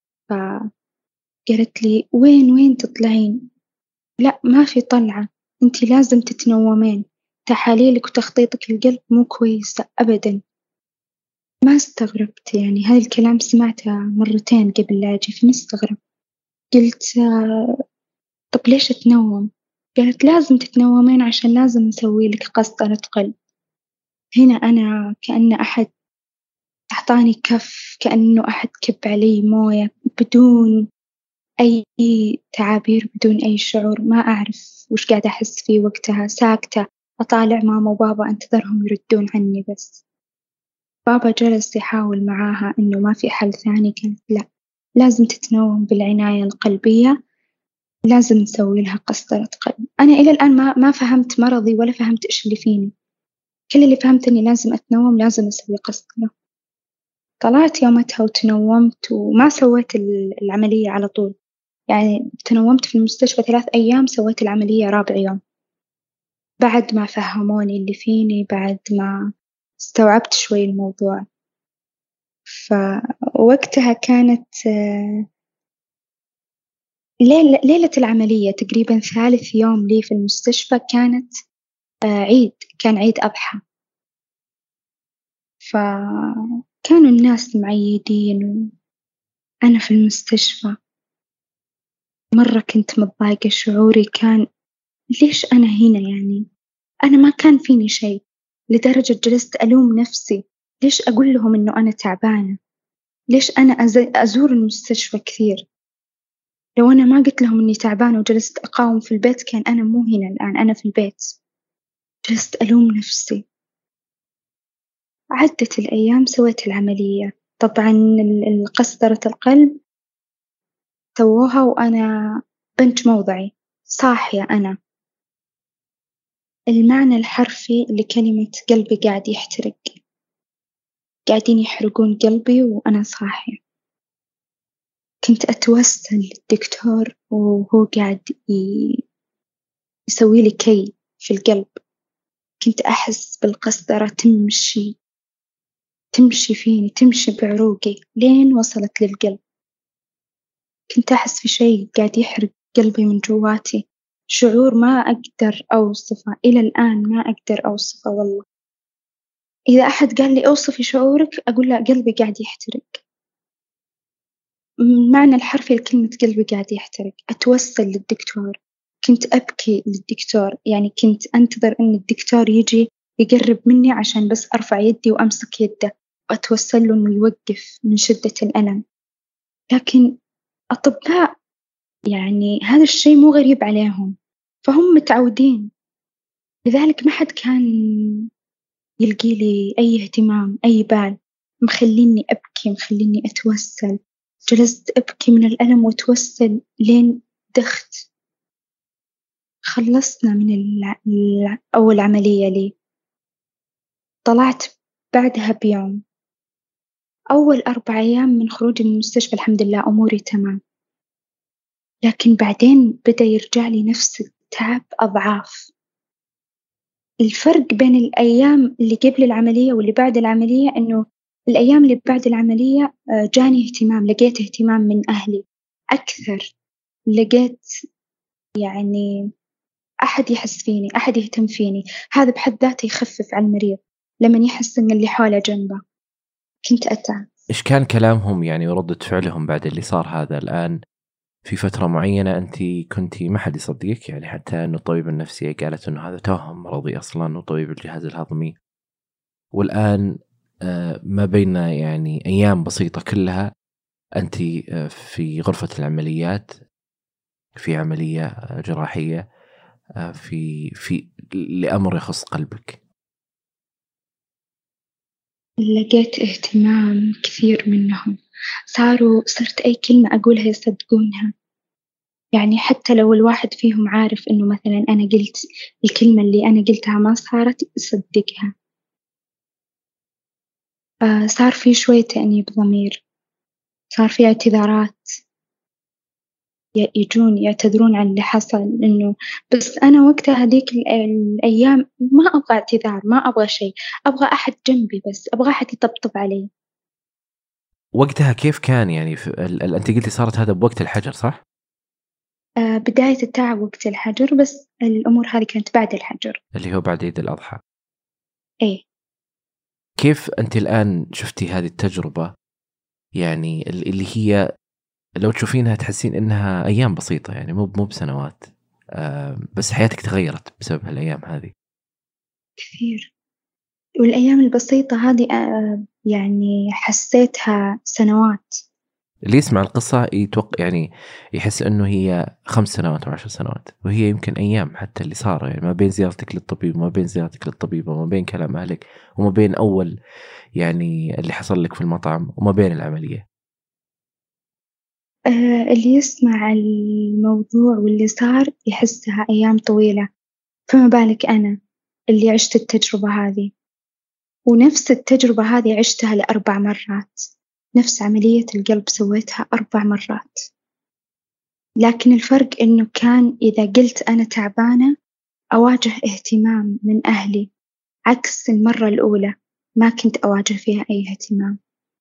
فقالت لي وين تطلعين؟ لأ ما في طلعة، أنتِ لازم تتنومين، تحاليلك وتخطيطك القلب مو كويسة أبدًا. ما استغربت، يعني هذا الكلام سمعته مرتين قبل لا أجي فما استغربت. قلت طب ليش أتنوم؟ قالت لازم تتنومين عشان لازم نسوي لك قسطرة قلب. هنا أنا كأن أحد أعطاني كف، كأنه أحد كب علي موية بدون أي تعابير، بدون أي شعور. ما أعرف وش قاعدة أحس فيه وقتها، ساكتة أطالع ماما وبابا أنتظرهم يردون عني بس. بابا جلس يحاول معاها إنه ما في حل ثاني، قالت لأ لازم تتنوم بالعناية القلبية، لازم نسوي لها قسطرة قلب. أنا إلى الآن ما فهمت مرضي ولا فهمت إيش اللي فيني، كل اللي فهمت إني لازم أتنوم، لازم أسوي قسطرة. طلعت يومتها وتنومت وما سويت العملية على طول، يعني تنومت في المستشفى 3 أيام، سويت العملية رابع يوم، بعد ما فهموني اللي فيني، بعد ما استوعبت شوي الموضوع. فوقتها كانت ليلة العملية تقريبا 3 يوم لي في المستشفى، كانت عيد، كان عيد أضحى، فكانوا الناس معيدين وأنا في المستشفى. مرة كنت متضايقة، شعوري كان ليش أنا هنا يعني، أنا ما كان فيني شيء، لدرجة جلست ألوم نفسي، ليش أقول لهم إنه أنا تعبانة، ليش أنا أزور المستشفى كثير، لو أنا ما قلت لهم إني تعبانة وجلست أقاوم في البيت كان أنا مو هنا الآن، أنا في البيت. جلست ألوم نفسي. عدت الأيام، سويت العملية، طبعًا قسطرة القلب سووها وأنا بنت موضعي، صاحية أنا، المعنى الحرفي لكلمة قلبي قاعد يحترق، قاعدين يحرقون قلبي وأنا صاحية. كنت أتوسل للدكتور وهو قاعد يسوي لي كي في القلب، كنت أحس بالقسطرة تمشي فيني، تمشي بعروقي لين وصلت للقلب، كنت أحس في شي قاعد يحرق قلبي من جواتي، شعور ما أقدر أوصفه، إلى الآن ما أقدر أوصفه والله. إذا أحد قال لي أوصفي شعورك أقول له قلبي قاعد يحترق، المعنى الحرفي لكلمة قلبي قاعد يحترق. أتوسل للدكتور، كنت أبكي للدكتور، يعني كنت أنتظر إن الدكتور يجي يقرب مني عشان بس أرفع يدي وأمسك يده وأتوسل له إنه يوقف من شدة الألم، لكن أطباء يعني هذا الشي مو غريب عليهم، فهم متعودين، لذلك ما حد كان يلقي لي أي اهتمام، أي بال، مخليني أبكي، مخليني أتوسل، جلست أبكي من الألم وأتوسل لين دخت. خلصنا من أول عملية لي، طلعت بعدها بيوم، أول 4 أيام من خروجي من المستشفى الحمد لله أموري تمام، لكن بعدين بدأ يرجع لي نفس التعب أضعاف. الفرق بين الأيام اللي قبل العملية واللي بعد العملية إنه الأيام اللي بعد العملية جاني اهتمام، لقيت اهتمام من أهلي أكثر، لقيت يعني أحد يحس فيني، أحد يهتم فيني، هذا بحد ذاته يخفف على المريض لمن يحس إن اللي حوله جنبه. كنت أتعب. إيش كان كلامهم يعني وردة فعلهم بعد اللي صار هذا الآن؟ في فترة معينة أنتِ كنتِ ما حد يصدقِك، يعني حتى إنه الطبيبة النفسية قالت إنه هذا توهم مرضي أصلًا وطبيب الجهاز الهضمي، والآن ما بين يعني أيام بسيطة كلها أنتِ في غرفة العمليات، في عملية جراحية، في لأمر يخص قلبِك. لقيت اهتمام كثير منهم، صرت أي كلمة أقولها يصدقونها، يعني حتى لو الواحد فيهم عارف إنه مثلًا أنا قلت الكلمة اللي أنا قلتها ما صارت يصدقها. صار في شوية تأنيب ضمير، صار في اعتذارات، يجون يعتذرون عن اللي حصل، إنه بس أنا وقتها هذيك الأيام ما أبغى اعتذار، ما أبغى شي، أبغى أحد جنبي بس، أبغى أحد يطبطب علي. وقتها كيف كان يعني أنتِ قلتِ صارت هذا بوقت الحجر صح؟ بداية التعب وقت الحجر، بس الأمور هذه كانت بعد الحجر. اللي هو بعد عيد الأضحى. إيه. كيف أنتِ الآن شُفتِ هذه التجربة، يعني اللي هي لو تشوفينها تحسين إنها أيام بسيطة، يعني مو بسنوات، بس حياتِك تغيّرت بسبب هالأيام هذه. كثير، والأيام البسيطة هذه يعني حسيتها سنوات. اللي يسمع القصة يتوقع يعني يحس إنه هي 5 سنوات أو 10 سنوات، وهي يمكن أيام حتى اللي صار، يعني ما بين زيارتك للطبيب وما بين زيارتك للطبيبة وما بين كلام أهلك وما بين أول يعني اللي حصل لك في المطعم وما بين العملية. اللي يسمع الموضوع واللي صار يحسها أيام طويلة، فما بالك أنا اللي عشت التجربة هذه، ونفس التجربة هذه عشتها ل4 مرات، نفس عملية القلب سويتها 4 مرات، لكن الفرق إنه كان إذا قلت أنا تعبانة أواجه اهتمام من أهلي، عكس المرة الأولى ما كنت أواجه فيها أي اهتمام،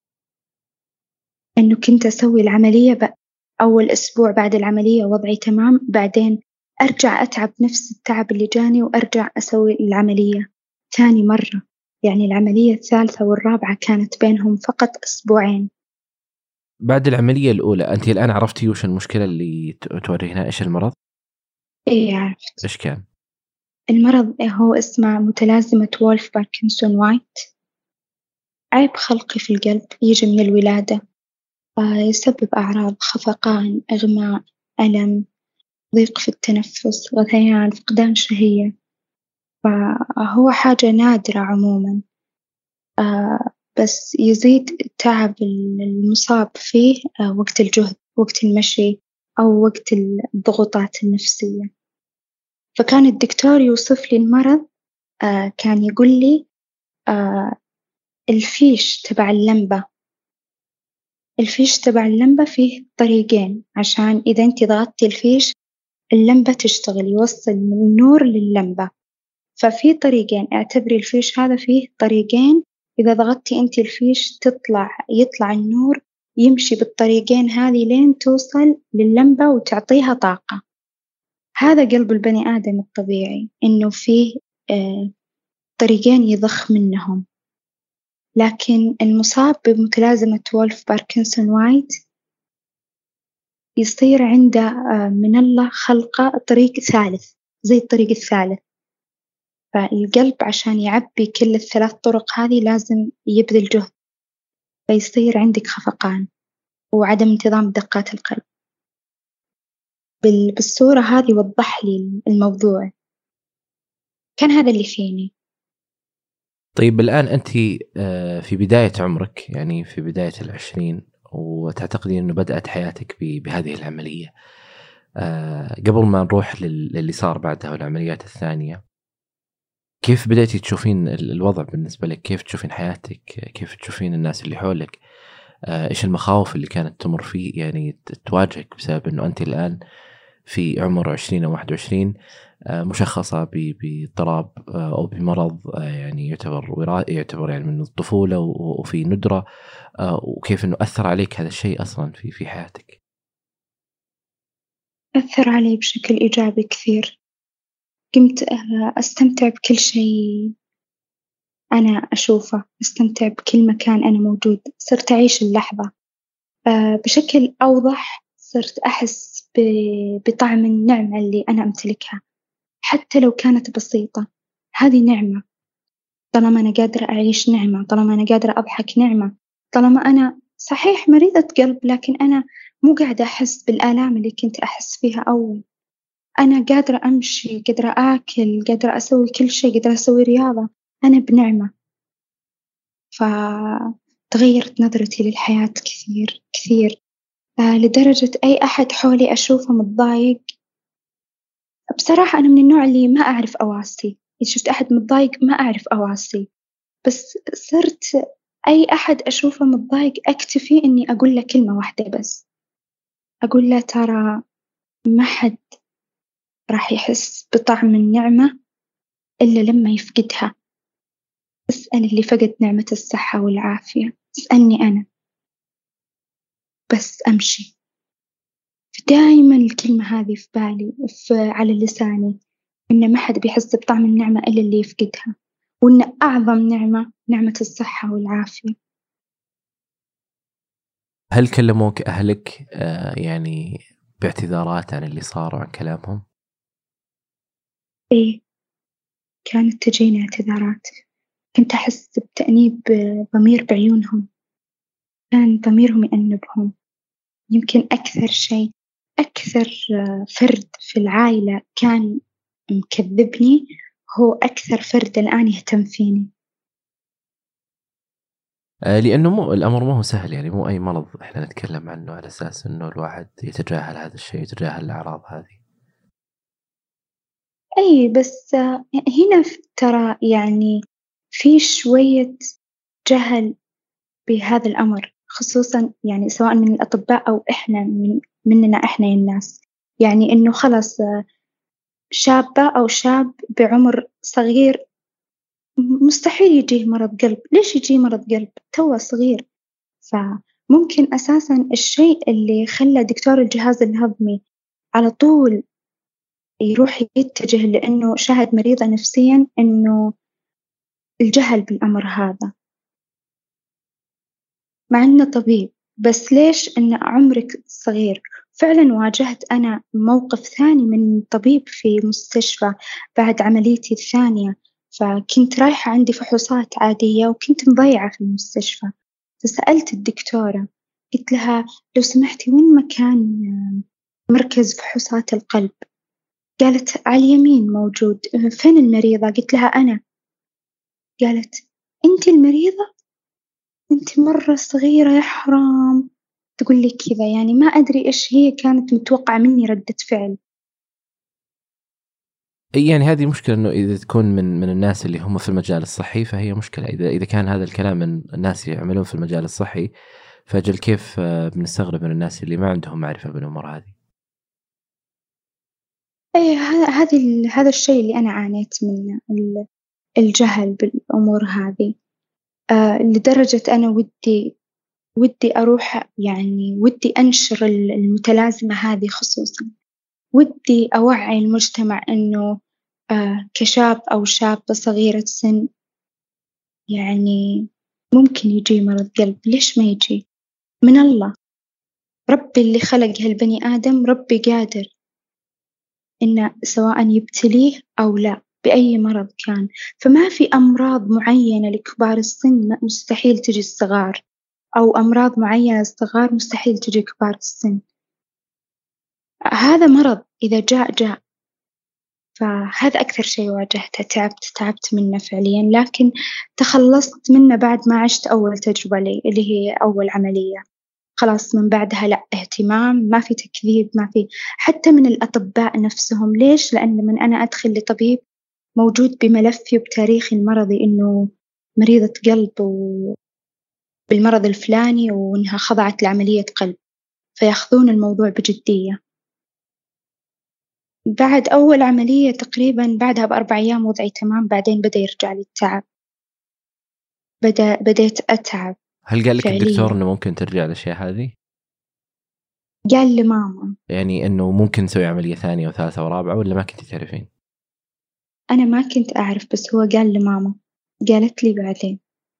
إنه كنت أسوي العملية أول أسبوع بعد العملية وضعي تمام، بعدين أرجع أتعب نفس التعب اللي جاني وأرجع أسوي العملية ثاني مرة، يعني العملية الثالثة والرابعة كانت بينهم فقط أسبوعين. بعد العملية الأولى أنتِ الآن عرفتِ وش المشكلة اللي تواجهينها، إيش المرض؟ إيه عرفت، إيش كان؟ المرض هو اسمه متلازمة وولف باركنسون وايت، عيب خلقي في القلب يجي من الولادة، يسبب أعراض خفقان، إغماء، ألم، ضيق في التنفس، غثيان، فقدان شهية، فهو حاجة نادرة عمومًا. بس يزيد تعب المصاب فيه وقت الجهد، وقت المشي، أو وقت الضغوطات النفسية، فكان الدكتور يوصف لي المرض كان يقول لي آه، الفيش تبع اللمبة، الفيش تبع اللمبة فيه طريقين عشان إذا أنتِ ضغطتي الفيش اللمبة تشتغل، يوصل من النور لللمبة، ففي طريقين، اعتبري الفيش هذا فيه طريقين، إذا ضغطتي أنتِ الفيش يطلع النور يمشي بالطريقين هذي لين توصل لللمبة وتعطيها طاقة، هذا قلب البني آدم الطبيعي، إنه فيه آه طريقين يضخ منهم، لكن المصاب بمتلازمة وولف باركنسون وايت يصير عنده من الله خلقه طريق ثالث، زي الطريق الثالث، فالقلب عشان يعبي كل ال3 طرق هذه لازم يبذل جهد، فيصير عندك خفقان وعدم انتظام دقات القلب. بالصورة هذه وضح لي الموضوع، كان هذا اللي فيني. طيب الآن أنتِ في بداية عمرك، يعني في بداية ال20 وتعتقدين إنه بدأت حياتك بهذه العملية. قبل ما نروح للي صار بعدها والعمليات الثانية، كيف بدأتِ تشوفين الوضع بالنسبة لِك؟ كيف تشوفين حياتِك؟ كيف تشوفين الناس اللي حولِك؟ إيش المخاوف اللي كانت تمُر يعني تواجهِك بسبب إنه أنتِ الآن في عمر 20 أو 21 مشخّصة باضطراب أو بمرض يعني يعتبر يعني من الطفولة وفي ندرة، وكيف إنه أثّر عليك هذا الشيء أصلًا في حياتِك؟ أثر علي بشكل إيجابي كثير، قمت أستمتع بكل شيء أنا أشوفه، أستمتع بكل مكان أنا موجود، صرت أعيش اللحظة بشكل أوضح، صرت أحس بطعم النعمة اللي أنا أمتلكها، حتى لو كانت بسيطة، هذه نعمة، طالما أنا قادرة أعيش نعمة، طالما أنا قادرة أضحك نعمة، طالما أنا صحيح مريضة قلب لكن أنا مو قاعدة أحس بالآلام اللي كنت أحس فيها أول، أنا قادرة أمشي، قادرة آكل، قادرة أسوي كل شي، قادرة أسوي رياضة، أنا بنعمة، فتغيرت نظرتي للحياة كثير كثير، لدرجة أي أحد حولي أشوفه متضايق، بصراحة أنا من النوع اللي ما أعرف أواسي، إذا شفت أحد متضايق ما أعرف أواسيه، بس صرت أي أحد أشوفه متضايق أكتفي إني أقول له كلمة واحدة بس، أقول له ترى ما حد راح يحس بطعم النعمة إلا لما يفقدها، اسأل اللي فقد نعمة الصحة والعافية، اسألني أنا، بس أمشي، دايمًا الكلمة هذه في بالي على لساني، إن ما حد بيحس بطعم النعمة إلا اللي يفقدها، وإن أعظم نعمة نعمة الصحة والعافية. هل كلموك أهلك يعني باعتذارات عن اللي صار وعن كلامهم؟ إيه كانت تجيني اعتذارات، كنت أحس بتأنيب ضمير بعيونهم، كان ضميرهم يأنبهم، يمكن أكثر فرد في العائلة كان مكذبني هو أكثر فرد الآن يهتم فيني. لأنه الأمر مو سهل، يعني مو أي مرض إحنا نتكلم عنه على أساس إنه الواحد يتجاهل هذا الشيء، يتجاهل الأعراض هذه. أي بس هنا ترى يعني في شوية جهل بهذا الأمر، خصوصًا يعني سواء من الأطباء أو إحنا مننا إحنا الناس، يعني إنه خلاص شابة أو شاب بعمر صغير مستحيل يجيه مرض قلب، ليش يجيه مرض قلب؟ توه صغير، فممكن أساسًا الشيء اللي خلى دكتور الجهاز الهضمي على طول يروح يتجه لإنه شاهد مريضة نفسيًا إنه الجهل بالأمر هذا، مع إنه طبيب، بس ليش إن عمرِك صغير، فعلًا واجهت أنا موقف ثاني من طبيب في مستشفى بعد عمليتي الثانية، فكنت رايحة عندي فحوصات عادية وكنت مضيعة في المستشفى، فسألت الدكتورة قلت لها: "لو سمحتِ وين مكان مركز فحوصات القلب؟" قالت: "على اليمين موجود." "فين المريضة؟" قلت لها: "أنا." قالت: "أنتِ المريضة؟ أنتِ مرة صغيرة يا حرام." تقول لي كذا، يعني ما أدري إيش هي كانت متوقعة مني ردة فعل. يعني هذه مشكلة، إنه إذا تكون من الناس اللي هم في المجال الصحي فهي مشكلة. إذا كان هذا الكلام من الناس يعملون في المجال الصحي، فأجل كيف بنستغرب من الناس اللي ما عندهم معرفة بالأمور هذه. أي هذا الشيء اللي أنا عانيت منه الجهل بالأمور هذه، لدرجة أنا ودي أروح يعني ودي أنشر المتلازمة هذه خصوصًا، ودي أوعّي المجتمع إنه كشاب أو شابة صغيرة السن يعني ممكن يجيه مرض قلب، ليش ما يجيه؟ من الله، ربي اللي خلق هالبني آدم ربي قادر إنه سواء يبتليه أو لا بأي مرض كان، فما في أمراض معينة لكبار السن مستحيل تجي الصغار، أو أمراض معينة للصغار مستحيل تجي كبار السن، هذا مرض إذا جاء. فهذا أكثر شي واجهته، تعبت منه فعليًا، لكن تخلصت منه بعد ما عشت أول تجربة لي اللي هي أول عملية، خلاص من بعدها لأ اهتمام، ما في تكذيب، ما في حتى من الأطباء نفسهم، ليش؟ لأن من أنا أدخل لطبيب موجود بملفي وبتاريخي المرضي إنه مريضة قلب بالمرض الفلاني وإنها خضعت لعملية قلب، فياخذون الموضوع بجدية. بعد أول عملية تقريبًا بعدها ب4 أيام وضعي تمام، بعدين بدأ يرجع لي التعب، بديت أتعب هل قال لك الدكتور فعليًا، إنه ممكن ترجع الأشياء هذه؟ قال لماما، يعني إنه ممكن نسوي عملية ثانية وثالثة ورابعة، والّا ما كنتِ تعرفين؟ أنا ما كنت أعرف بس هو قال لماما، قالت لي بعدين،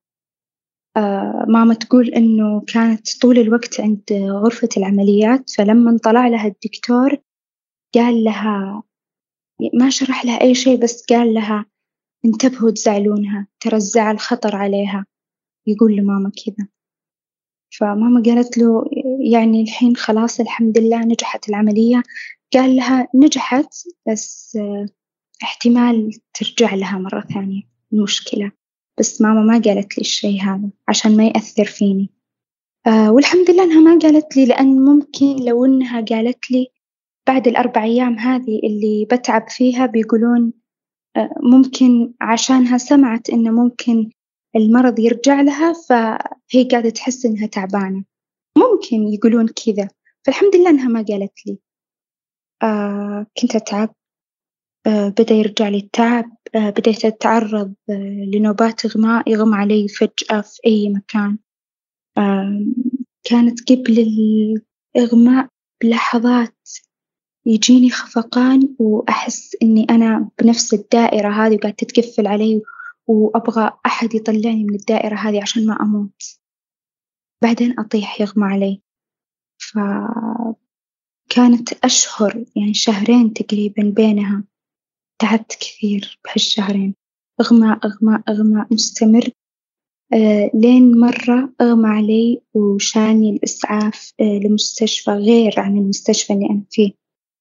ماما تقول إنه كانت طول الوقت عند غرفة العمليات، فلمن طلع لها الدكتور قال لها ما شرح لها أي شي بس قال لها: "انتبهوا تزعلونها، ترى الزعل خطر عليها." يقول لماما كذا. فماما قالت له: "يعني الحين خلاص الحمد لله نجحت العملية." قال لها: "نجحت بس احتمال ترجع لها مرة ثانية المشكلة." بس ماما ما قالت لي الشي هذا عشان ما يأثر فيني، والحمد لله إنها ما قالت لي لأن ممكن لو إنها قالت لي بعد ال4 أيام هذي اللي باتعب فيها بيقولون ممكن عشانها سمعت إنه ممكن المرض يرجع لها فهي قاعدة تحس إنها تعبانة. ممكن يقولون كذا، فالحمد لله إنها ما قالت لي، كنت أتعب، بدأ يرجع لي التعب، بديت أتعرض لنوبات إغماء، يغمى علي فجأة في أي مكان، آمم، كانت قبل الإغماء بلحظات يجيني خفقان وأحس إني أنا بنفس الدائرة هذي وقاعدة تتقفل علي وأبغى أحد يطلعني من الدائرة هذي عشان ما أموت، بعدين أطيح يغمى علي. فكانت أشهر يعني شهرين تقريبًا بينها، تعبت كثير بهالشهرين، إغماء، إغماء، إغماء مستمر لين مرة أغمى علي وشالني الإسعاف لمستشفى غير عن المستشفى اللي أنا فيه.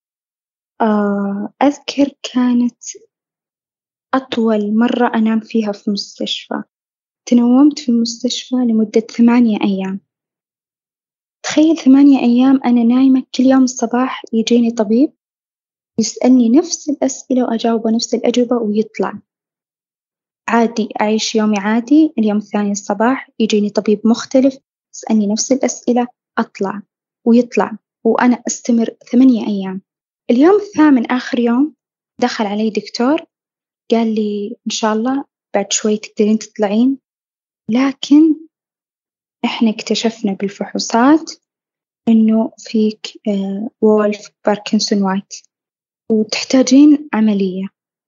أذكر كانت أطول مرة أنام فيها في مستشفى، تنومت في المستشفى لمدة 8 أيام. تخيل 8 أيام أنا نايمة، كل يوم الصباح يجيني طبيب يسألني نفس الأسئلة وأجاوبه نفس الأجوبة ويطلع عادي، أعيش يومي عادي. اليوم الثاني الصباح يجيني طبيب مختلف يسألني نفس الأسئلة، أطلع ويطلع، وأنا أستمر 8 أيام. اليوم الثامن آخر يوم دخل علي دكتور قال لي إن شاء الله بعد شوي تقدرين تطلعين، لكن إحنا اكتشفنا بالفحوصات إنه فيك وولف باركنسون وايت وتحتاجين عملية.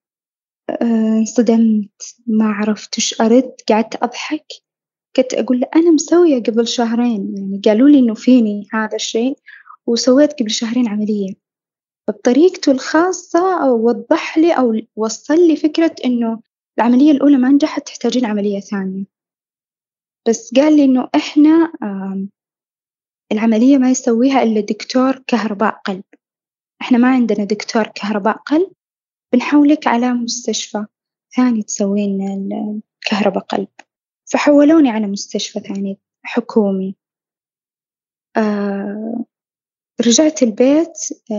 انصدمت، ما عرفت إيش أرد، قعدت أضحك، كنت أقول له أنا مسوية قبل شهرين، يعني قالوا لي إنه فيني هذا الشيء وسويت قبل شهرين عملية. بطريقته الخاصة أو وضح لي أو وصل لي فكرة إنه العملية الأولى ما نجحت، تحتاجين عملية ثانية. بس قال لي إنه إحنا العملية ما يسويها إلا دكتور كهرباء قلب، إحنا ما عندنا دكتور كهرباء قلب، بنحولك على مستشفى ثاني تسوين كهرباء قلب. فحولوني على مستشفى ثاني حكومي. رجعت البيت،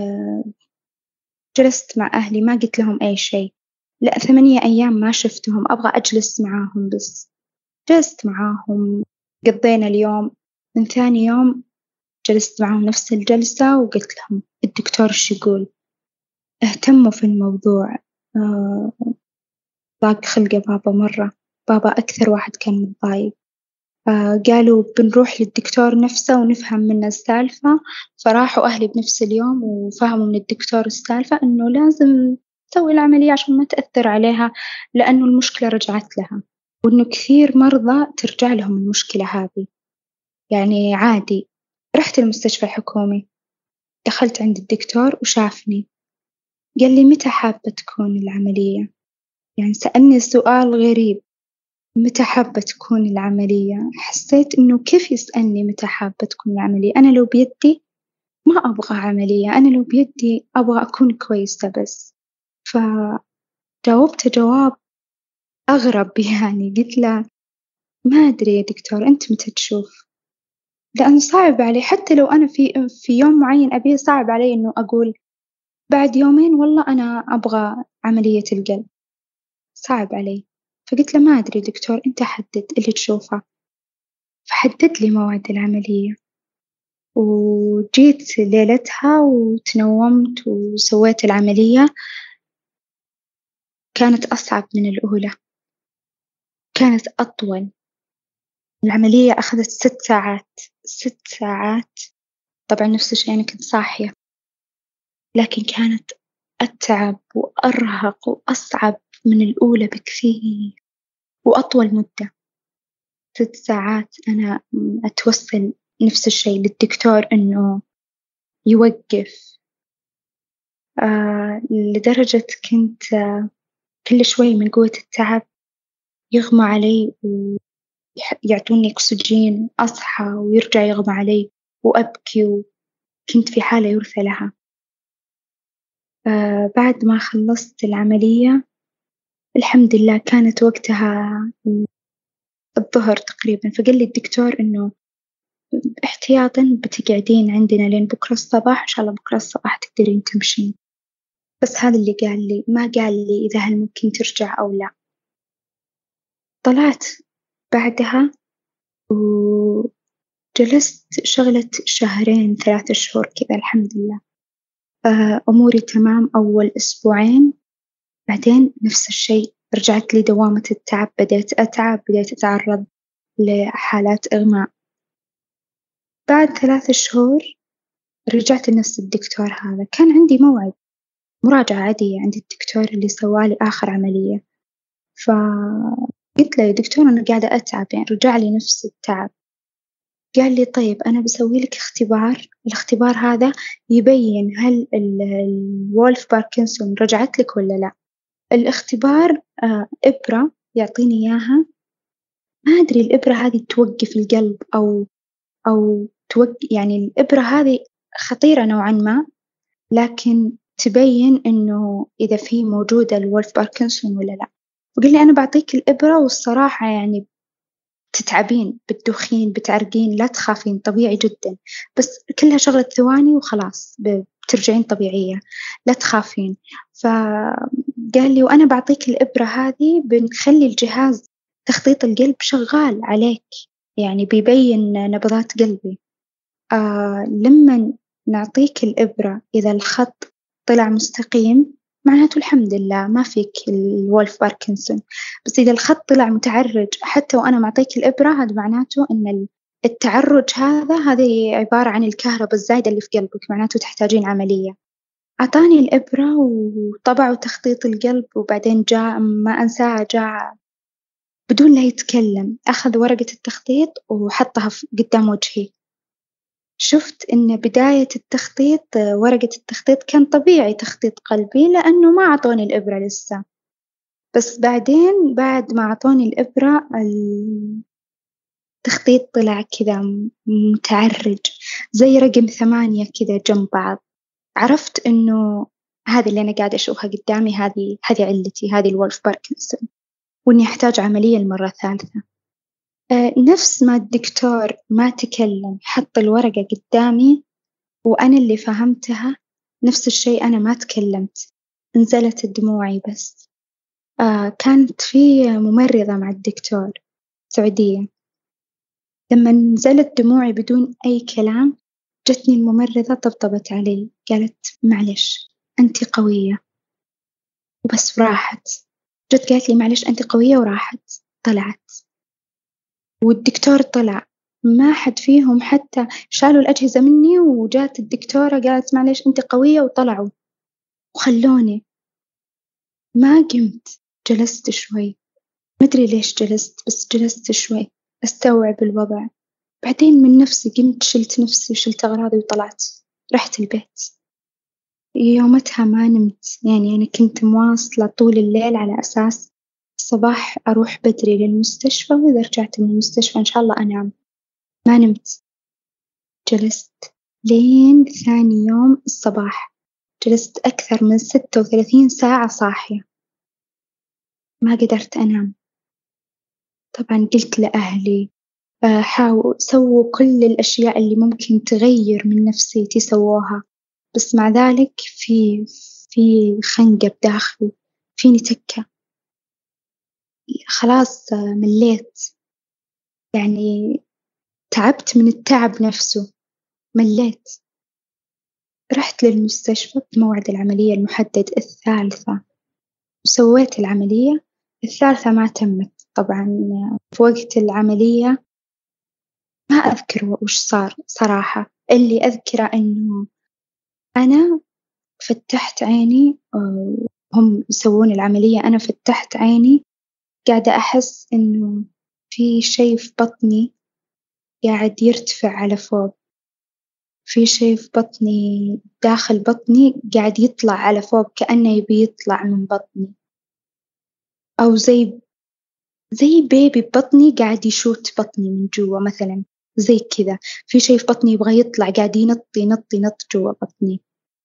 جلست مع أهلي، ما قلت لهم أي شيء، لا 8 أيام ما شفتهم، أبغى أجلس معاهم بس. جلست معاهم، قضينا اليوم. من ثاني يوم جلست معاهم نفس الجلسة وقلت لهم الدكتور إيش يقول. اهتموا في الموضوع. ضاق خلقه بابا مرة، بابا أكثر واحد كان متضايق. قالوا بنروح للدكتور نفسه ونفهم منه السالفة. فراحوا أهلي بنفس اليوم وفهموا من الدكتور السالفة إنه لازم تسوي العملية عشان ما تأثر عليها، لأنه المشكلة رجعت لها، وإنه كثير مرضى ترجع لهم المشكلة هذه، يعني عادي. رحت المستشفى الحكومي، دخلت عند الدكتور وشافني، قال لي متى حابة تكون العملية؟ يعني سألني سؤال غريب، متى حابة تكون العملية؟ حسيت إنه كيف يسألني متى حابة تكون العملية؟ أنا لو بيدي ما أبغى عملية، أنا لو بيدي أبغى أكون كويسة بس. فجاوبت جواب أغرب يعني، قلت له ما أدري يا دكتور، أنت متى تشوف؟ لأنه صعب علي، حتى لو أنا في يوم معين أبيه، صعب علي إنه أقول بعد يومين والله أنا أبغى عملية القلب، صعب علي. فقلت له ما أدري دكتور، أنت حدد اللي تشوفه. فحدد لي موعد العملية، وجيت ليلتها وتنومت وسويت العملية. كانت أصعب من الأولى، كانت أطول. العملية أخذت 6 ساعات، 6 ساعات. طبعا نفس الشيء أنا كنت صاحية، لكن كانت أتعب وأرهق وأصعب من الأولى بكثير وأطول مدة. 6 ساعات أنا أتوسل نفس الشيء للدكتور إنه يوقف. لدرجة كنت كل شوي من قوة التعب يغمى علي ويعطوني أكسجين، أصحى ويرجع يغمى علي وأبكي، وكنت في حالة يرثى لها. بعد ما خلصت العملية الحمد لله، كانت وقتها الظهر تقريبا، فقال لي الدكتور إنه احتياطًا بتقعدين عندنا لين بكرة الصباح، إن شاء الله بكرة الصباح تقدرين تمشين. بس هذا اللي قال لي، ما قال لي إذا هل ممكن ترجع أو لا. طلعت بعدها وجلست شغلة شهرين 3 شهور كذا الحمد لله. أموري تمام أول أسبوعين، بعدين نفس الشيء، رجعت لي دوامة التعب، بديت أتعب، بديت أتعرض لحالات إغماء. بعد 3 شهور رجعت لنفس الدكتور هذا، كان عندي موعد مراجعة عادية عند الدكتور اللي سوالي آخر عملية. فقلت له يا دكتور أنا قاعدة أتعب، يعني رجع لي نفس التعب. قال لي طيب أنا بسوي لك اختبار، الاختبار هذا يبين هل الوولف باركنسون رجعت لك ولا لا. الاختبار إبرة يعطيني إياها ما أدري الإبرة هذه توقف القلب أو يعني الإبرة هذه خطيرة نوعًا ما، لكن تبين إنه إذا في موجودة الWolff Parkinson والّا لأ، وقال لي: "أنا باعطيك الإبرة والصراحة يعني بتتعبين، بتدوخين، بتعرقين، لا تخافين طبيعي جدًا، بس كلها شغلة ثواني وخلاص بترجعين طبيعية، لا تخافين." فقال لي: "وأنا باعطيك الإبرة هذه بنخلي الجهاز تخطيط القلب شغال عليك، يعني بيبين نبضات قلبي." لمّن نعطيك الإبرة إذا الخط طلع مستقيم معناته الحمد لله ما فيك الWolff Parkinson، بس إذا الخط طلع متعرج حتى وأنا معطيك الإبرة هذا معناته إن التعرج هذه عبارة عن الكهربا الزايدة اللي في قلبِك، معناته تحتاجين عملية. أعطاني الإبرة وطبعوا تخطيط القلب وبعدين جاء ما أنساه جاء بدون لا يتكلم أخذ ورقة التخطيط وحطها قدام وجهي. شُفت إن بداية التخطيط ورقة التخطيط كان طبيعي تخطيط قلبي لأنه ما عطوني الإبرة لسه، بس بعدين بعد ما عطوني الإبرة التخطيط طلع كذا متعرج زي رقم 8 كذا جنب بعض، عرفت إنه هذي اللي أنا قاعدة أشوفها قدامي هذي علتي هذي الWolff Parkinson وإني أحتاج عملية المرة الثالثة. نفس ما الدكتور ما تكلم حط الورقة قدامي وأنا اللي فهمتها نفس الشي أنا ما تكلمت، نزلت دموعي بس. كانت في ممرضة مع الدكتور سعودية، لما نزلت دموعي بدون أي كلام جتني الممرضة طبطبت علي قالت معلش أنتِ قوية وبس وراحت، جت قالت لي معلش أنتِ قوية وراحت، طلعت. والدكتور طلع ما حد فيهم حتى شالوا الأجهزة مني وجات الدكتورة قالت معلش أنتِ قوية وطلعوا وخلوني. ما قمت جلست شوي ما أدري ليش جلست بس جلست شوي أستوعب الوضع، بعدين من نفسي قمت شلت نفسي وشلت أغراضي وطلعت رحت البيت. يومتها ما نمت يعني أنا كنت مواصلة طول الليل على أساس الصباح أروح بدري للمستشفى وإذا رجعت من المستشفى إن شاء الله أنام. ما نمت جلست لين ثاني يوم الصباح جلست أكثر من 36 ساعة صاحية ما قدرت أنام. طبعًا قلت لأهلي سووا كل الأشياء اللي ممكن تغير من نفسيتي سووها، بس مع ذلك في خنقة بداخلي، فيني تكة، خلاص مليت، يعني تعبت من التعب نفسه، مليت. رحت للمستشفى بموعد العملية المحدد الثالثة وسويت العملية، الثالثة ما تمت طبعًا في وقت العملية ما أذكر وش صار صراحة، اللي أذكره إنه أنا فتحت عيني وهم يسوون العملية أنا فتحت عيني قاعدة أحس إنه في شي في بطني قاعد يرتفع على فوق، في شي في بطني داخل بطني قاعد يطلع على فوق كأنه يبي يطلع من بطني، أو زي بيبي ببطني قاعد يشوت بطني من جوا مثلًا زي كذا، في شي في بطني يبغى يطلع قاعد ينط جوا بطني.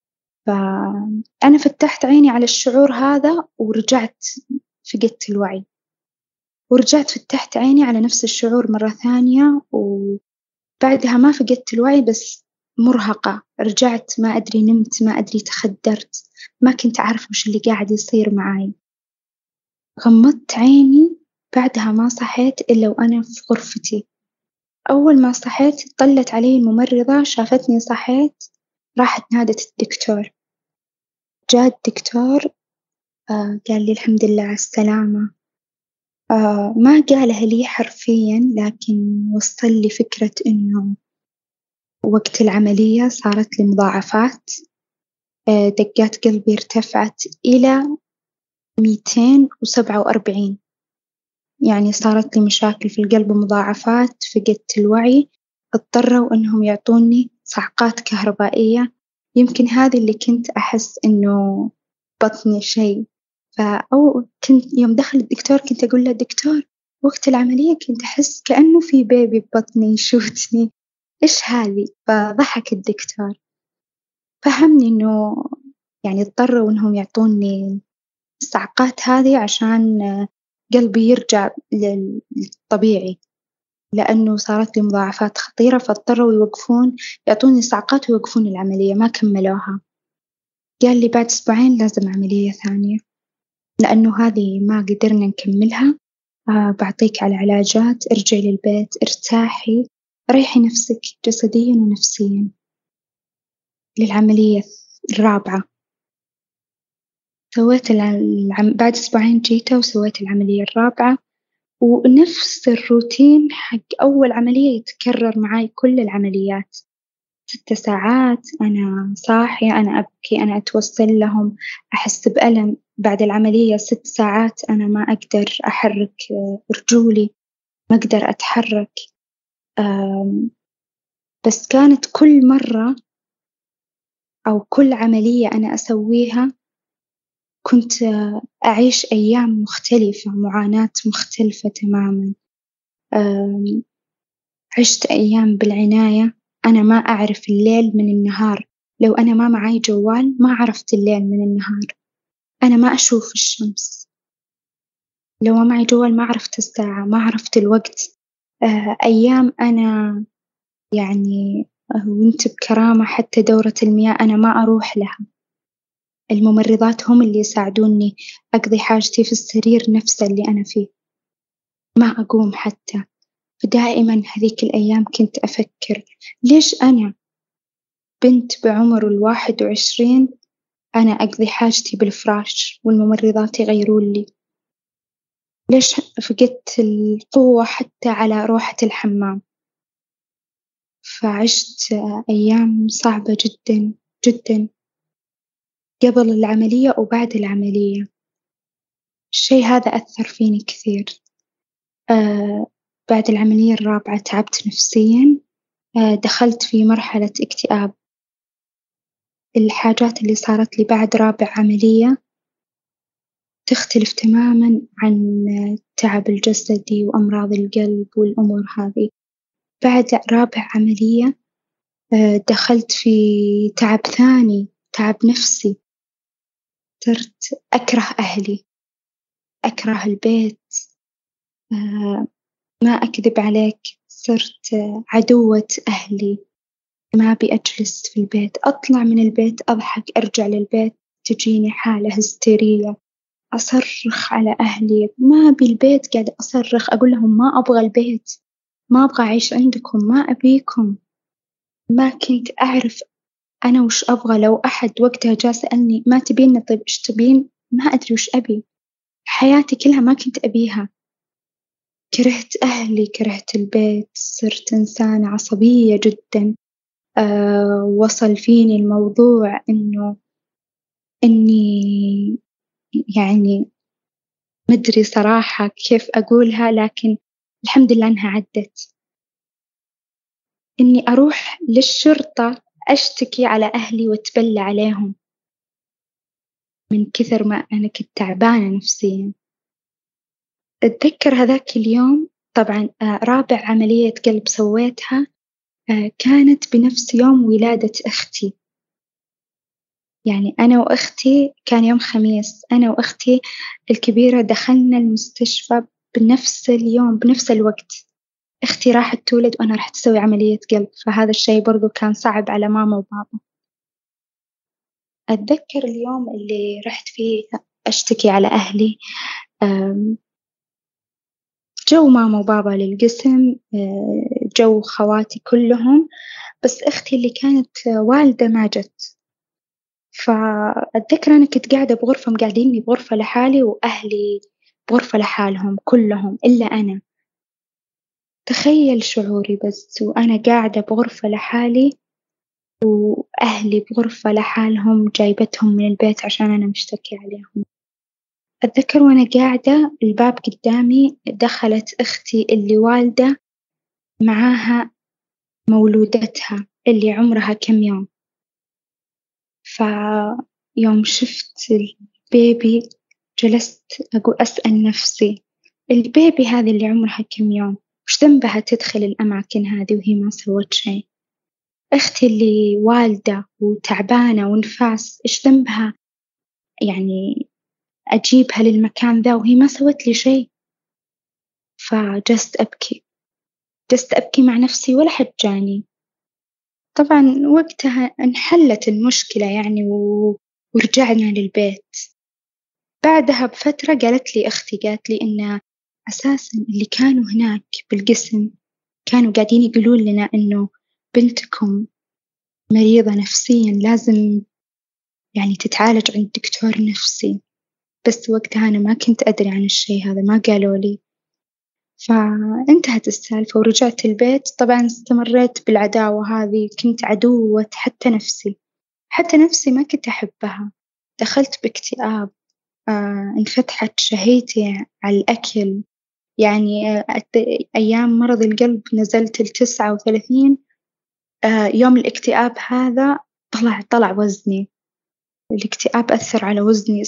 فأنا فتحت عيني على الشعور هذا ورجعت فقدت الوعي، ورجعت فتحت عيني على نفس الشعور مرة ثانية وبعدها ما فقدت الوعي بس مرهقة، رجعت ما أدري نمت ما أدري تخدرت، ما كنت أعرف وش اللي قاعد يصير معاي. غمضت عيني بعدها ما صحيت إلا وأنا في غرفتي، أول ما صحيت طلت علي الممرضة شافتني صحيت راحت نادت الدكتور، جا الدكتور قال لي الحمد لله على السلامة. ما قالها لي حرفيًا لكن وصّل لي فكرة إنه وقت العملية صارت لي مضاعفات، دقات قلبي ارتفعت إلى 247 يعني صارت لي مشاكل في القلب ومضاعفات، فقدت الوعي، اضطروا إنهم يعطوني صعقات كهربائية، يمكن هذي اللي كنت أحس إنه بطني شي. كنت يوم دخل الدكتور كنت أقول له: "دكتور وقت العملية كنت أحس كأنه في بيبي ببطني يشوتني، إيش هذي؟ فضحك الدكتور، فهمني إنه يعني اضطروا إنهم يعطوني الصعقات هذي عشان قلبي يرجع للطبيعي، لأنه صارت لي مضاعفات خطيرة فاضطروا يعطوني صعقات ويوقفون العملية ما كملوها، قال لي بعد أسبوعين لازم عملية ثانية، لأنه هذي ما قدرنا نكملها. بعطيك على علاجات، ارجعي للبيت، ارتاحي، ريحي نفسك جسديًا ونفسيًا. للعملية الرابعة سويت بعد أسبوعين جيته وسويت العملية الرابعة، ونفس الروتين حق أول عملية يتكرر معاي كل العمليات، 6 ساعات أنا صاحية، أنا أبكي، أنا أتوسل لهم، أحس بألم، بعد العملية 6 ساعات أنا ما أقدر أحرك رجولي، ما أقدر أتحرك. آمم، بس كانت كل مرة أو كل عملية أنا أسويها كنت أعيش أيام مختلفة، معاناة مختلفة تمامًا. آمم، عشت أيام بالعناية أنا ما أعرف الليل من النهار، لو أنا ما معاي جوال ما عرفت الليل من النهار، أنا ما أشوف الشمس، لو ما معي جوال ما عرفت الساعة، ما عرفت الوقت. أيام أنا يعني وأنت بكرامة حتى دورة المياه أنا ما أروح لها، الممرضات هم اللي يساعدوني أقضي حاجتي في السرير نفسه اللي أنا فيه، ما أقوم حتى. فدائمًا هذيك الأيام كنت أفكر ليش أنا بنت بعمر 21 أنا أقضي حاجتي بالفراش والممرضات يغيرون لي، ليش فقدت القوة حتى على روحة الحمام. فعشت أيام صعبة جدًا جدًا قبل العملية وبعد العملية، الشي هذا أثر فيني كثير. آآ بعد العملية الرابعة تعبت نفسيًا، دخلت في مرحلة اكتئاب، الحاجات اللي صارت لي بعد رابع عملية تختلف تمامًا عن التعب الجسدي وأمراض القلب والأمور هذي، بعد رابع عملية دخلت في تعب ثاني، تعب نفسي، صرت أكره أهلي، أكره البيت، آآ ما أكذب عليك صرت عدوة أهلي، ما أبي أجلس في البيت، أطلع من البيت أضحك، أرجع للبيت تجيني حالة هستيرية، أصرخ على أهلي، ما أبي البيت، قاعدة أصرخ أقول لهم ما أبغى البيت، ما أبغى أعيش عندكم، ما أبيكم، ما كنت أعرف أنا وش أبغى. لو أحد وقتها جا سألني ما تبين طيب إيش تبين؟ ما أدري وش أبي، حياتي كلها ما كنت أبيها، كرهت أهلي، كرهت البيت، صرت إنسانة عصبية جدًا. وصل فيني الموضوع إني يعني ما أدري صراحة كيف أقولها، لكن الحمد لله إنها عدت، إني أروح للشرطة أشتكي على أهلي وأتبلى عليهم من كثر ما أنا كنت تعبانة نفسيًا. أتذكر هذاك اليوم طبعًا رابع عملية قلب سويتها كانت بنفس يوم ولادة أختي، يعني أنا وأختي كان يوم خميس، أنا وأختي الكبيرة دخلنا المستشفى بنفس اليوم بنفس الوقت، أختي راحت تولد وأنا رحت أسوي عملية قلب، فهذا الشي برضه كان صعب على ماما وبابا. أتذكر اليوم اللي رحت فيه أشتكي على أهلي، آمم جو ماما وبابا للقسم، جو خواتي كلهم، بس أختي اللي كانت والدة ما جت، فأتذكر أنا كنت قاعدة بغرفة مقعديني بغرفة لحالي وأهلي بغرفة لحالهم كلهم إلا أنا، تخيل شعوري بس وأنا قاعدة بغرفة لحالي وأهلي بغرفة لحالهم جايبتهم من البيت عشان أنا مشتكية عليهم. أتذكر وأنا قاعدة الباب قدامي دخلت أختي اللي والدة معاها مولودتها اللي عمرها كم يوم، فيوم شفت البيبي جلست أسأل نفسي البيبي هذه اللي عمرها كم يوم وش ذنبها تدخل الأماكن هذه وهي ما سوت شيء؟ أختي اللي والدة وتعبانة ونفاس إيش ذنبها يعني أجيبها للمكان ذا وهي ما سوت لي شيء؟ فجلست أبكي، جلست أبكي مع نفسي ولا حد جاني. طبعًا وقتها انحلت المشكلة يعني ورجعنا للبيت. بعدها بفترة قالت لي أختي قالت لي إن أساسًا اللي كانوا هناك بالقسم كانوا قاعدين يقولون لنا إنه بنتكم مريضة نفسيًا لازم يعني تتعالج عند دكتور نفسي، بس وقتها أنا ما كنت أدري عن الشي هذا ما قالوا لي. فانتهت السالفة ورجعت البيت. طبعًا استمريت بالعداوة هذي، كنت عدوة حتى نفسي، حتى نفسي ما كنت أحبها، دخلت باكتئاب. انفتحت شهيتي على الأكل، يعني أيام مرض القلب نزلت ل39. يوم الاكتئاب هذا طلع وزني، الاكتئاب أثر على وزني،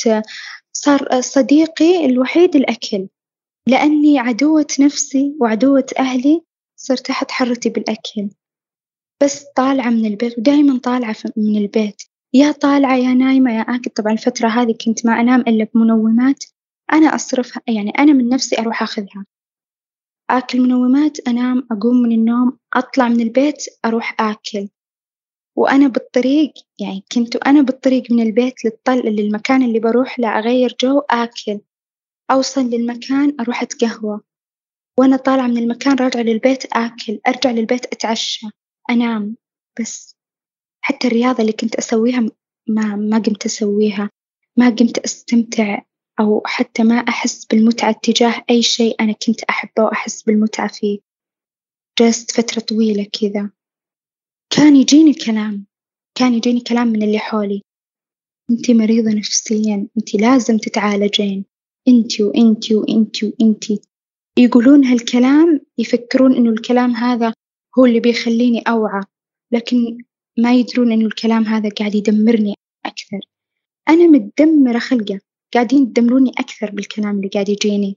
صار صديقي الوحيد الأكل، لأني عدوة نفسي وعدوة أهلي صرت أحط حرتي بالأكل. بس طالعة من البيت ودايمًا طالعة من البيت، يا طالعة يا نايمة يا آكل. طبعًا الفترة هذي كنت ما أنام إلا بمنومات أنا أصرفها، يعني أنا من نفسي أروح آخذها، آكل منومات أنام أقوم من النوم أطلع من البيت أروح آكل. وأنا بالطريق يعني كنت وأنا بالطريق من البيت للمكان اللي بروح له أغير جو آكل، أوصل للمكان أروح أتقهوى، وأنا طالعة من المكان راجعة للبيت آكل، أرجع للبيت أتعشى، أنام. بس حتى الرياضة اللي كنت أسويها ما قمت أسويها، ما قمت أستمتع أو حتى ما أحس بالمتعة تجاه أي شيء أنا كنت أحبه وأحس بالمتعة فيه. جلست فترة طويلة كذا. كان يجيني كلام، كان يجيني كلام من اللي حولي: أنتِ مريضة نفسيًا، أنتِ لازم تتعالجين، أنتِ وأنتِ وأنتِ وأنتِ. يقولون هالكلام يفكرون إنه الكلام هذا هو اللي بيخليني أوعى، لكن ما يدرون إنه الكلام هذا قاعد يدمرني أكثر. أنا متدمرة خلقة، قاعدين تدمروني أكثر بالكلام اللي قاعد يجيني،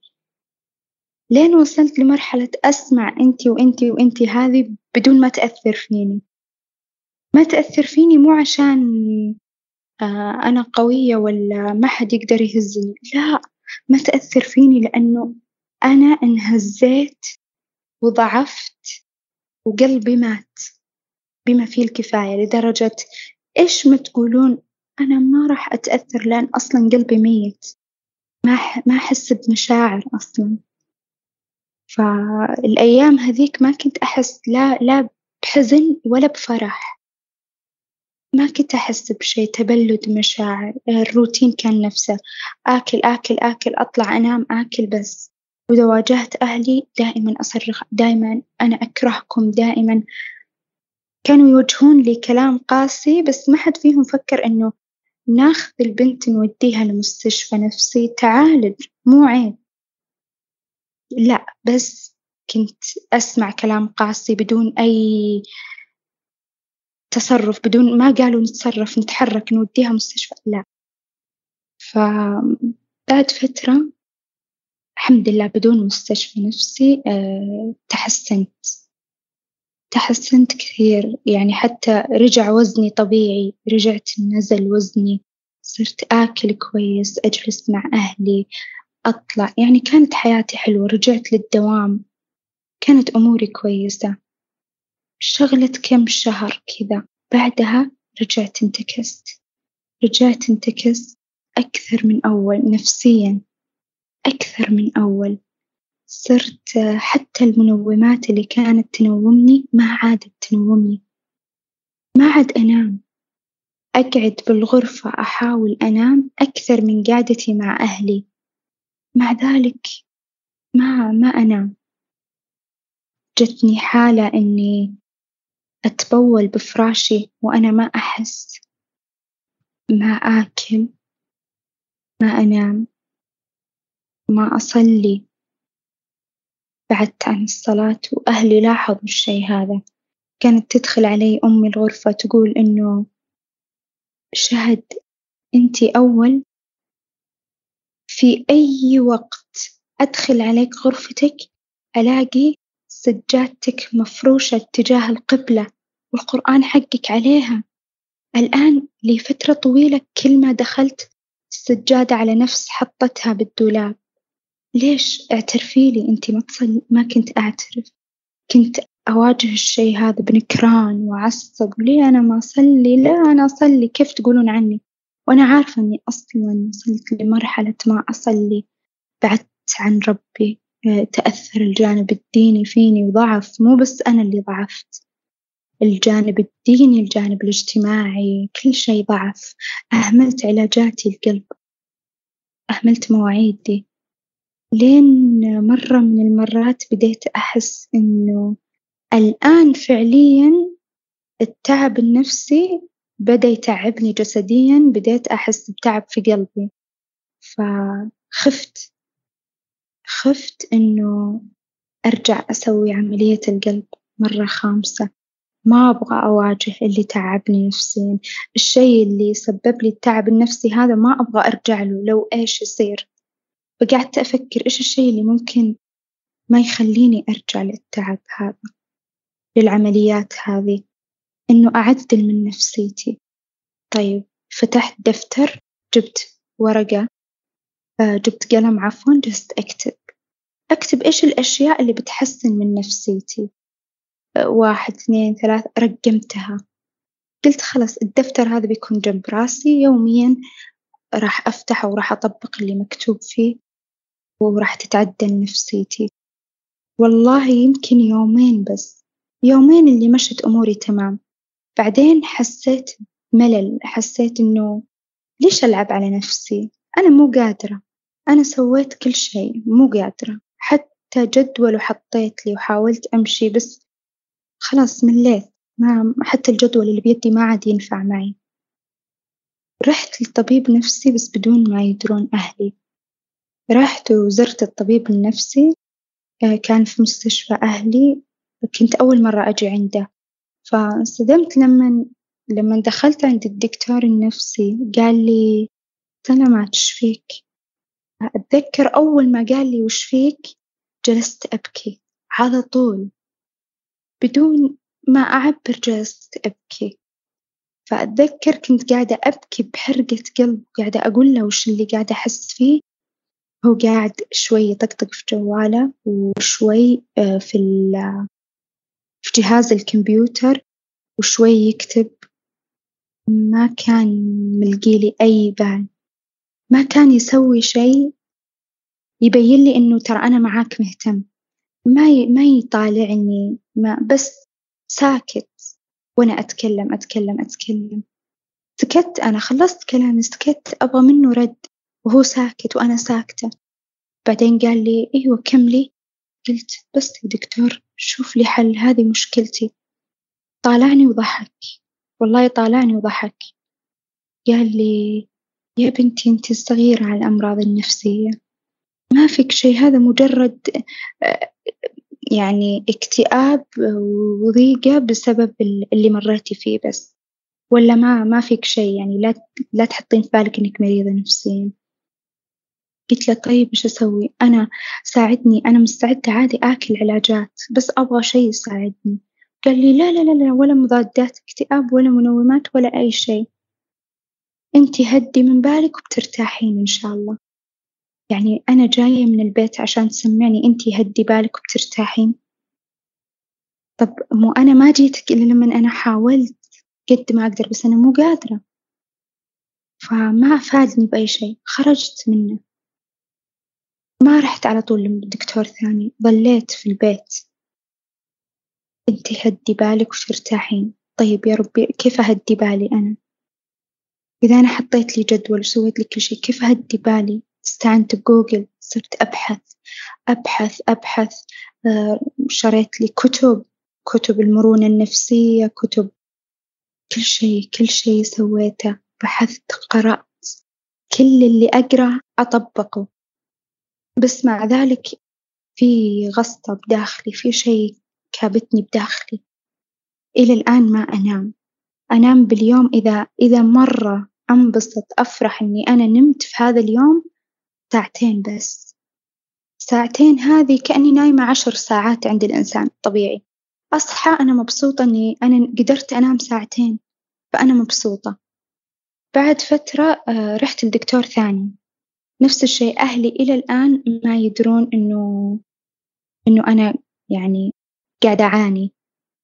لين وصلت لمرحلة أسمع أنتِ وأنتِ وأنتِ هذي بدون ما تأثر فيني. ما تأثر فيني مو عشان أنا قوية ولا ما حد يقدر يهزني، لا، ما تأثر فيني لأنه أنا انهزيت وضعفت وقلبي مات بما فيه الكفاية، لدرجة إيش ما تقولون أنا ما راح أتأثر لأن أصلًا قلبي ميت، ما أحس بمشاعر أصلًا. فالأيام هذيك ما كنت أحس لا بحزن ولا بفرح، ما كنت أحس بشي، تبلد مشاعر. الروتين كان نفسه، آكل آكل آكل، أطلع أنام آكل بس. وإذا واجهت أهلي دائمًا أصرخ، دايمًا أنا أكرهكم دائمًا. كانوا يوجهون لي كلام قاسي بس ما حد فيهم فكر إنه ناخذ البنت نوديها لمستشفى نفسي تعالج، مو عيب. لأ، بس كنت أسمع كلام قاسي بدون أي تصرف، بدون ما قالوا نتصرف نتحرك نوديها مستشفى، لأ. فبعد فترة الحمد لله بدون مستشفى نفسي تحسنت كثير، يعني حتى رجع وزني طبيعي، رجعت نزل وزني، صرت آكل كويس، أجلس مع أهلي، أطلع، يعني كانت حياتي حلوة، رجعت للدوام، كانت أموري كويسة. اشتغلت كم شهر كذا، بعدها رجعت انتكست أكثر من أول نفسيًا، أكثر من أول. صرت حتى المنومات اللي كانت تنومني ما عادت تنومني، ما عاد أنام، أقعد بالغرفة أحاول أنام أكثر من قعدتي مع أهلي، مع ذلك ما أنام. جتني حالة إني أتبول بفراشي وأنا ما أحس، ما آكل، ما أنام، ما أصلي، بعدت عن الصلاة وأهلي لاحظوا الشي هذا. كانت تدخل علي أمي الغرفة تقول إنه شهد أنتِ أول في أي وقت أدخل عليك غرفتك ألاقي سجادتك مفروشة اتجاه القبلة والقرآن حقك عليها. الآن لفترة طويلة كل ما دخلت السجادة على نفس حطتها بالدولاب. ليش؟ اعترفي لي أنتِ ما كنت أعترف، كنت أواجه الشي هذا بنكران وأعصب، ليه أنا ما أصلي؟ لا أنا أصلي، كيف تقولون عني؟ وأنا عارفة إني أصلًا وصلت لمرحلة ما أصلي، بعدت عن ربي، تأثر الجانب الديني فيني وضعف، مو بس أنا اللي ضعفت، الجانب الديني، الجانب الاجتماعي، كل شي ضعف، أهملت علاجاتي القلب، أهملت مواعيدي، لين مرة من المرات بديت أحس إنه الآن فعليًا التعب النفسي بدأ يتعبني جسديًا، بديت أحس بتعب في قلبي، فخفت، خفت إنه أرجع أسوي عملية القلب مرة خامسة، ما أبغى أواجه اللي تعبني نفسيًا، الشي اللي سبب لي التعب النفسي هذا ما أبغى أرجع له لو إيش يصير، فقعدت أفكر إيش الشي اللي ممكن ما يخليني أرجع للتعب هذا، للعمليات هذي، إنه أعدل من نفسيتي. طيب فتحت دفتر، جبت ورقة، جبت قلم عفوًا، جلست أكتب، أكتب إيش الأشياء اللي بتحسن من نفسيتي، 1 2 3 رقمتها، قلت خلاص الدفتر هذا بيكون جنب راسي يوميًا راح أفتحه وراح أطبق اللي مكتوب فيه وراح تتعدل نفسيتي، والله يمكن يومين بس، يومين اللي مشت أموري تمام، بعدين حسيت بملل، حسيت إنه ليش ألعب على نفسي؟ أنا مو قادرة، أنا سويت كل شي مو قادرة، حتى جدول وحطيت لي وحاولت أمشي بس خلاص مليت، ما حتى الجدول اللي بيدي ما عاد ينفع معي، رحت لطبيب نفسي بس بدون ما يدرون أهلي، رحت وزرت الطبيب النفسي كان في مستشفى أهلي، كنت أول مرة أجي عنده، فانصدمت لمن دخلت عند الدكتور النفسي قال لي سلامات إيش فيك؟ أتذكر أول ما قال لي وش فيك جلست أبكي على طول بدون ما أعبر جلست أبكي، فأتذكر كنت قاعدة أبكي بحرقة قلب قاعدة أقول له وش اللي قاعدة أحس فيه، هو قاعد شوي يطقطق في جواله وشوي في جهاز الكمبيوتر وشوي يكتب، ما كان ملقي لي أي بال، ما كان يسوي شي يبين لي إنه ترى أنا معاك مهتم. ما يطالعني بس ساكت وأنا أتكلم، سكت أنا خلصت كلامي سكت أبغى منه رد وهو ساكت وأنا ساكتة، بعدين قال لي أيوة كملي، قلت بس يا دكتور شوف لي حل هذي مشكلتي، طالعني وضحك، والله طالعني وضحك، قال لي يا بنتي أنتِ صغيرة على الأمراض النفسية، ما فيك شي هذا مجرد آآ يعني اكتئاب وضيقة بسبب اللي مريتِ فيه بس، والّا ما فيك شي يعني لا تحطين في بالِك إنِك مريضة نفسيًا، قلت له طيب إيش أسوي؟ أنا ساعدني أنا مستعدة عادي آكل علاجات بس أبغى شي يساعدني، قال لي لا ولا مضادات اكتئاب ولا منومات ولا أي شي، أنتِ هدّي من بالِك وبترتاحين إن شاء الله، يعني أنا جاية من البيت عشان تسمعني أنتِ هدّي بالِك وبترتاحين، طب مو أنا ما جيتِك إلا لمن أنا حاولت قد ما أقدر بس أنا مو قادرة، فما أفادني بأي شي، خرجت منه، ما رحت على طول لدكتور ثاني، ظليت في البيت، أنتِ هدّي بالِك وترتاحين، طيب يا ربي كيف أهدّي بالي أنا؟ إذا أنا حطيت لي جدول وسويت لي كل شي كيف أهدّي بالي؟ استعنت بجوجل صرت أبحث شريت لي كتب المرونة النفسية، كتب كل شي سويته، بحثت، قرأت، كل اللي أقراه أطبّقه، بس مع ذلك في غصة بداخلي، في شي كابتني بداخلي، إلى الآن ما أنام باليوم إذا مرة أنبسط أفرح إني أنا نمت في هذا اليوم ساعتين بس، ساعتين هذه كأني نايمة 10 ساعات عند الإنسان الطبيعي، أصحى أنا مبسوطة إني أنا قدرت أنام ساعتين، فأنا مبسوطة. بعد فترة رحت لدكتور ثاني، نفس الشي أهلي إلى الآن ما يدرون إنه أنا يعني قاعدة أعاني.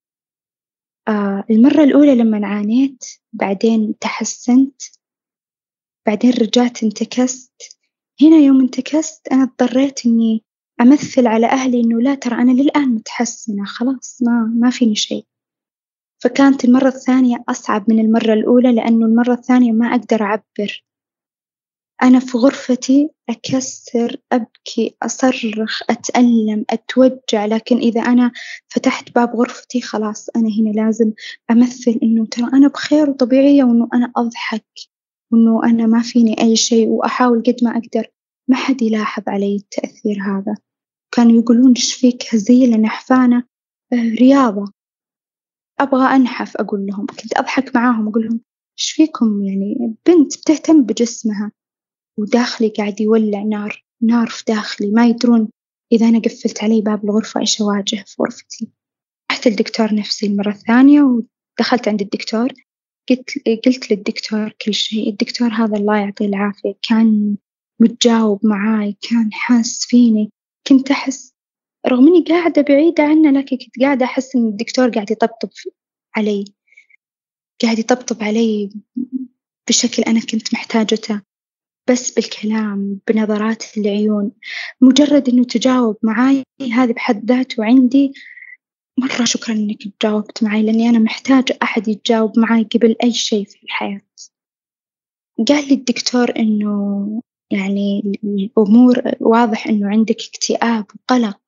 المرة الأولى لمن عانيت بعدين تحسنت، بعدين رجعت انتكست. هنا يوم انتكست أنا اضطريت إني أمثل على أهلي إنه لا ترى أنا للآن متحسنة خلاص ما فيني شيء. فكانت المرة الثانية أصعب من المرة الأولى لأنه المرة الثانية ما أقدر أعبر، أنا في غرفتي أكسر، أبكي، أصرخ، أتألم، أتوجع، لكن إذا أنا فتحت باب غرفتي خلاص أنا هنا لازم أمثل إنه ترى أنا بخير وطبيعية وإنه أنا أضحك وإنه أنا ما فيني أي شيء وأحاول قد ما أقدر. ما حد يلاحظ علي التأثير هذا، كانوا يقولون إيش فيك هزيلة نحفانة. رياضة، أبغى أنحف أقول لهم، كنت أضحك معاهم أقول لهم إيش فيكم يعني بنت بتهتم بجسمها، وداخلي قاعد يولع نار في داخلي، ما يدرون إذا أنا قفلت علي باب الغرفة إيش أواجه في غرفتي. رحت لدكتور نفسي المرة الثانية ودخلت عند الدكتور، قلت للدكتور كل شيء. الدكتور هذا الله يعطيه العافية كان متجاوب معاي، كان حاس فيني، كنت أحس رغم إني قاعدة بعيدة عنه لكن كنت قاعدة أحس إن الدكتور قاعد يطبطب علي، قاعد يطبطب علي بشكل أنا كنت محتاجته، بس بالكلام، بنظرات العيون، مجرد إنه تجاوب معاي هذا بحد ذاته عندي مرة شكرًا إنك تجاوبت معاي لأني أنا محتاجة أحد يتجاوب معاي قبل أي شيء في الحياة. قال لي الدكتور إنه يعني الأمور واضح إنه عندك اكتئاب وقلق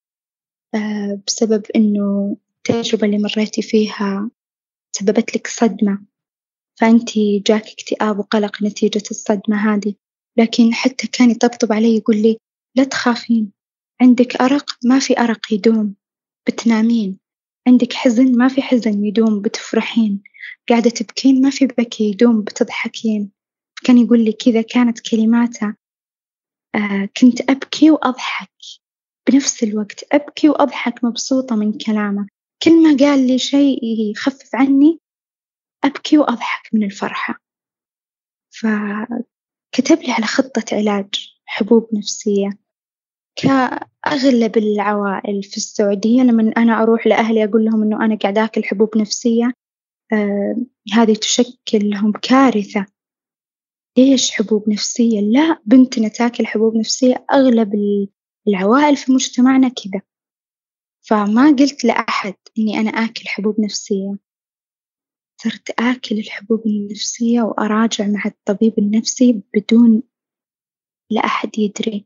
بسبب إنه التجربة اللي مريتي فيها سببت لك صدمة، فأنتِ جاك اكتئاب وقلق نتيجة الصدمة هذه. لكن حتى كان يطبطب علي يقول لي لا تخافين، عندك أرق ما في أرق يدوم بتنامين، عندك حزن ما في حزن يدوم بتفرحين، قاعدة تبكين ما في بكي يدوم بتضحكين. كان يقول لي كذا، كانت كلماته كنت أبكي وأضحك بنفس الوقت، أبكي وأضحك مبسوطة من كلامه، كل ما قال لي شيء يخفف عني أبكي وأضحك من الفرحة. فكتب لي على خطة علاج حبوب نفسية. كأغلب العوائل في السعودية لمن أنا أروح لأهلي أقول لهم إنه أنا قاعدة آكل حبوب نفسية هذه تشكل لهم كارثة. ليش حبوب نفسية؟ لا، بنتنا تاكل حبوب نفسية، أغلب العوائل في مجتمعنا كذا. فما قلت لأحد إني أنا آكل حبوب نفسية، صرت آكل الحبوب النفسية وأراجع مع الطبيب النفسي بدون لا أحد يدري.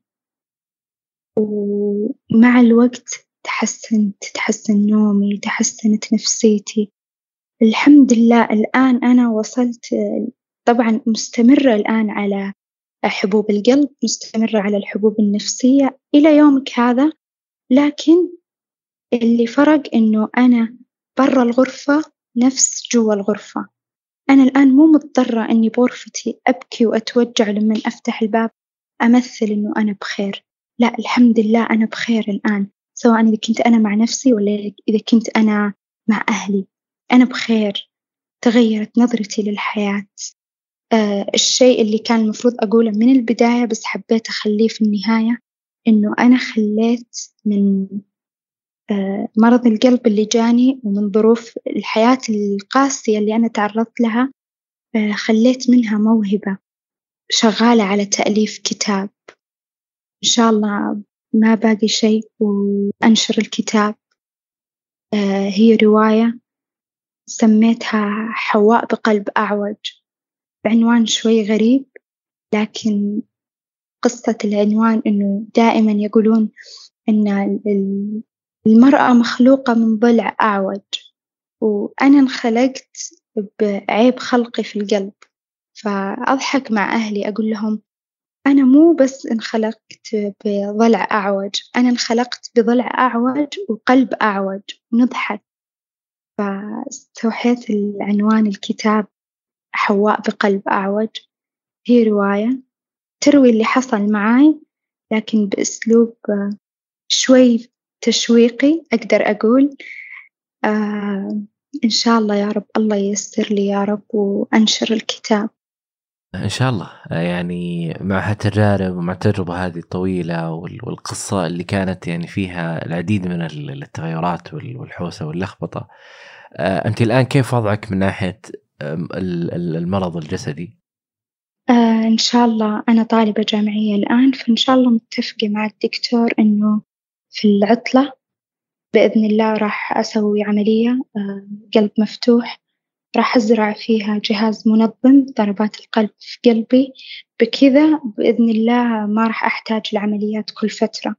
ومع الوقت تحسن نومي، تحسنت نفسيتي الحمد لله. الآن أنا وصلت طبعًا مستمرة الآن على حبوب القلب، مستمرة على الحبوب النفسية إلى يومك هذا، لكن اللي فرق إنه أنا برا الغرفة نفس جوا الغرفة. أنا الآن مو مضطرة إني بغرفتي أبكي وأتوجع لمن أفتح الباب أمثل إنه أنا بخير، لأ الحمد لله أنا بخير الآن، سواء إذا كنت أنا مع نفسي ولا إذا كنت أنا مع أهلي، أنا بخير. تغيرت نظرتي للحياة. الشيء اللي كان المفروض أقوله من البداية بس حبيت أخليه في النهاية، إنه أنا خليت من مرض القلب اللي جاني ومن ظروف الحياة القاسية اللي أنا تعرضت لها خليت منها موهبة، شغالة على تأليف كتاب إن شاء الله ما باقي شيء وأنشر الكتاب. هي رواية سميتها حواء بقلب أعوج، بعنوان شوي غريب، لكن قصة العنوان إنه دائمًا يقولون إن المرأة مخلوقة من ضلع أعوج، وأنا انخلقت بعيب خلقي في القلب. فأضحك مع أهلي أقول لهم أنا مو بس انخلقت بضلع أعوج، أنا انخلقت بضلع أعوج وقلب أعوج، ونضحك. فاستوحيت العنوان الكتاب حواء بقلب أعوج. هي رواية تروي اللي حصل معاي، لكن بأسلوب شوي تشويقي أقدر أقول. إن شاء الله يا رب، الله ييسر لي يا رب وأنشر الكتاب. إن شاء الله. يعني مع هالتجارب ومع التجربة هذه الطويلة والقصة اللي كانت يعني فيها العديد من التغيرات والحوسة واللخبطة، أنتِ الآن كيف وضعك من ناحية المرض الجسدي؟ إن شاء الله أنا طالبة جامعية الآن، فإن شاء الله متفقة مع الدكتور إنه في العطلة بإذن الله راح أسوي عملية قلب مفتوح، راح أزرع فيها جهاز منظم ضربات القلب في قلبي، بكذا بإذن الله ما راح أحتاج لعمليات كل فترة.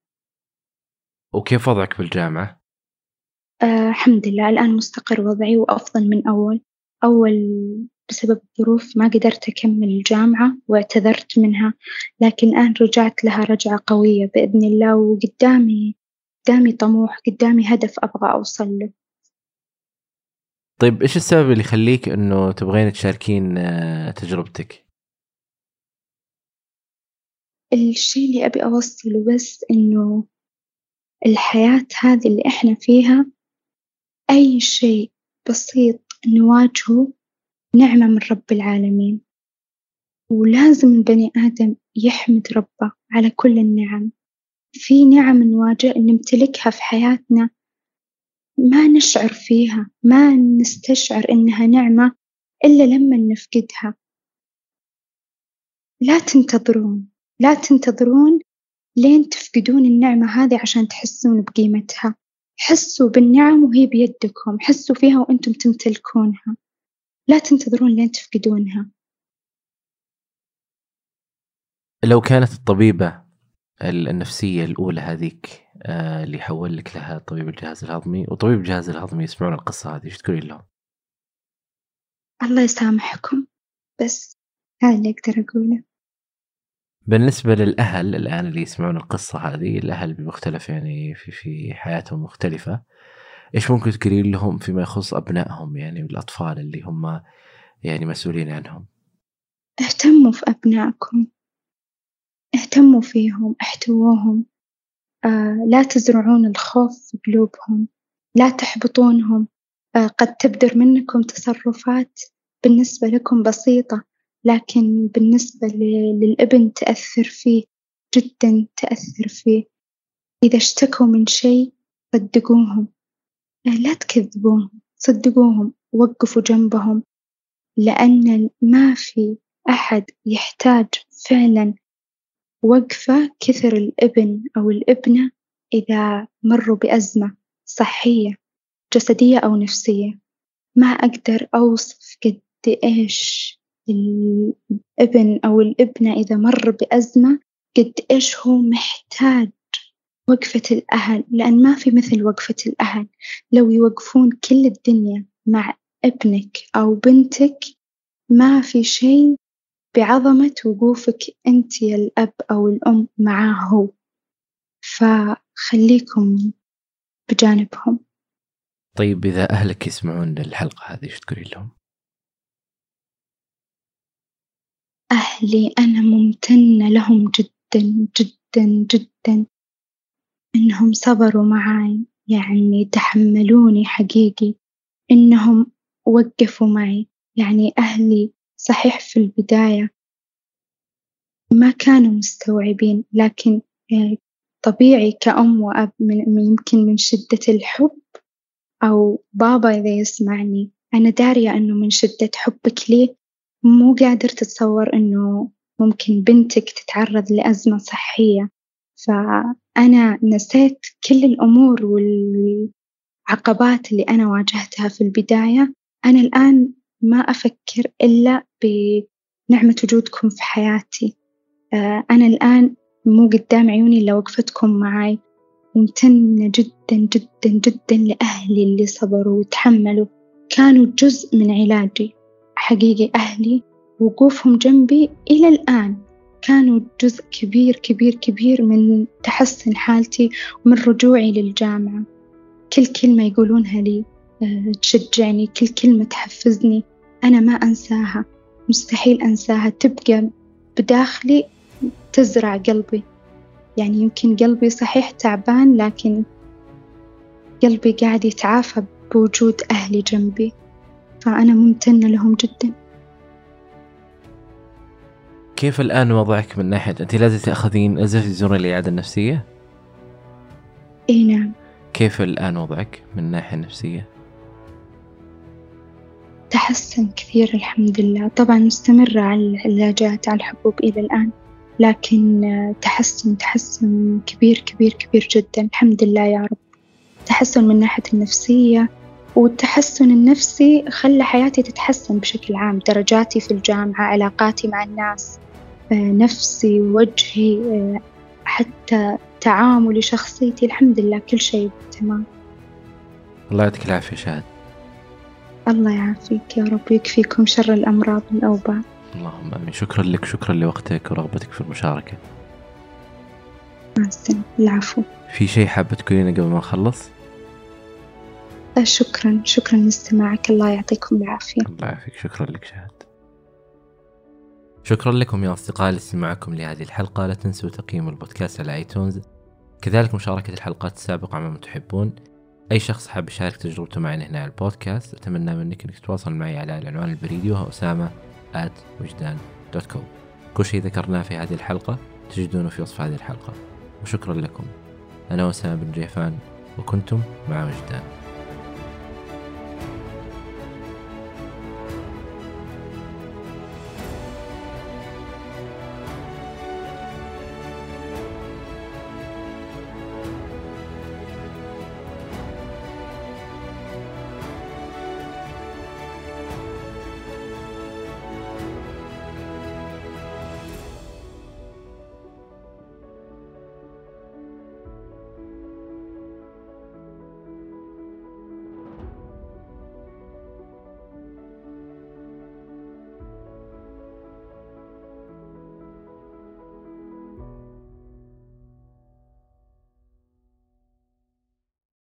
وكيف وضعك بالجامعة؟ الحمد لله الآن مستقر وضعي وأفضل من أول. أول بسبب الظروف ما قدرت أكمل الجامعة واعتذرت منها، لكن الآن رجعت لها رجعة قوية بإذن الله، قدامي طموح، قدامي هدف أبغى أوصل له. طيب إيش السبب اللي يخلّيك إنه تبغين تشاركين تجربتك؟ الشي اللي أبي أوصله بس إنه الحياة هذه اللي إحنا فيها أي شيء بسيط نواجهه نعمة من رب العالمين، ولازم البني آدم يحمد ربه على كل النعم. في نعم نمتلكها في حياتنا ما نشعر فيها، ما نستشعر إنها نعمة إلا لما نفقدها. لا تنتظرون لين تفقدون النعمة هذه عشان تحسون بقيمتها. حسوا بالنعم وهي بيدكم، حسوا فيها وأنتم تمتلكونها، لا تنتظرون لين تفقدونها. لو كانت الطبيبة النفسية الأولى هذيك اللي حوّل لِك لها طبيب الجهاز الهضمي وطبيب الجهاز الهضمي يسمعون القصة هذه، إيش تقولين لهم؟ الله يسامحكم، بس هذا اللي أقدر أقوله. بالنسبة للأهل الآن اللي يسمعون القصة هذه، الأهل بمختلف يعني في حياتهم مختلفة، إيش ممكن تقولين لهم فيما يخص أبنائهم يعني والأطفال اللي هم يعني مسؤولين عنهم؟ اهتموا في أبنائكم، اهتموا فيهم، احتووهم. لا تزرعون الخوف في قلوبهم، لا تحبطونهم. قد تبدر منكم تصرفات بالنسبة لكم بسيطة، لكن بالنسبة للابن تأثر فيه جدًا، تأثر فيه. إذا اشتكوا من شيء صدقوهم، لا تكذبوهم، صدقوهم، وقفوا جنبهم، لأن ما في أحد يحتاج فعلًا وقفة كثر الابن أو الابنة إذا مروا بأزمة صحية جسدية أو نفسية. ما أقدر أوصف قد إيش الابن أو الابنة إذا مر بأزمة قد إيش هو محتاج وقفة الأهل، لأن ما في مثل وقفة الأهل. لو يوقفون كل الدنيا مع ابنك أو بنتك ما في شيء بعظمة وقوفك أنت يا الأب أو الأم معاه هو، فخليكم بجانبهم. طيب إذا أهلك يسمعون الحلقة هذه إيش تقولين لهم؟ أهلي أنا ممتنة لهم جدًا جدًا جدًا إنهم صبروا معاي، يعني تحملوني حقيقي، إنهم وقفوا معي. يعني أهلي صحيح في البداية ما كانوا مستوعبين، لكن طبيعي كأم وأب يمكن من شدة الحب أو بابا إذا يسمعني، أنا دارية إنه من شدة حبك ليه مو قادر تتصور إنه ممكن بنتك تتعرض لأزمة صحية، فأنا نسيت كل الأمور والعقبات اللي أنا واجهتها في البداية. أنا الآن ما أفكر إلا بنعمة وجودكم في حياتي. أنا الآن مو قدام عيوني إلا وقفتكم معاي. ممتنة جدًا جدًا جدًا لأهلي اللي صبروا وتحملوا، كانوا جزء من علاجي. حقيقي أهلي وقوفهم جنبي إلى الآن كانوا جزء كبير كبير كبير من تحسن حالتي ومن رجوعي للجامعة. كل كلمة يقولونها لي تشجعني، كل كلمة تحفزني أنا ما أنساها، مستحيل أنساها، تبقى بداخلي تزرع قلبي. يعني يمكن قلبي صحيح تعبان، لكن قلبي قاعد يتعافى بوجود أهلي جنبي، فأنا ممتنة لهم جدًا. كيف الآن وضعك من ناحية أنت لازم تأخذين تزورين العيادة النفسية؟ إي نعم. كيف الآن وضعك من الناحية النفسية؟ تحسن كثير الحمد لله، طبعًا مستمرة على العلاجات على الحبوب إلى الآن، لكن تحسن كبير جدًا الحمد لله يا رب. تحسن من ناحية النفسية، والتحسن النفسي خلى حياتي تتحسن بشكل عام، درجاتي في الجامعة، علاقاتي مع الناس، نفسي، وجهي، حتى تعاملي، شخصيتي، الحمد لله كل شيء تمام. الله يعطيك العافية شهد. الله يعافيك يا رب ويكفيكم شر الأمراض والأوباء. اللهم آمين. شكرا لك، شكرا لوقتك ورغبتك في المشاركة. مع السلامة. العفو. في شيء حابة تقولينه قبل ما نخلص؟ شكرا لاستماعك، الله يعطيكم العافية. الله يعافيك. شكرا لك شهد. شكرا لكم يا أصدقائي لاستماعكم لهذه الحلقة. لا تنسوا تقييم البودكاست على ايتونز، كذلك مشاركة الحلقات السابقة مع من تحبون. أي شخص حاب يشارك تجربته معنا هنا على البودكاست أتمنى منك أنك تتواصل معي على العنوان البريدي وهو أسامة@وجدان.com. كل شيء ذكرناه في هذه الحلقة تجدونه في وصف هذه الحلقة. وشكرا لكم. أنا أسامة بن جيفان وكنتم مع وجدان.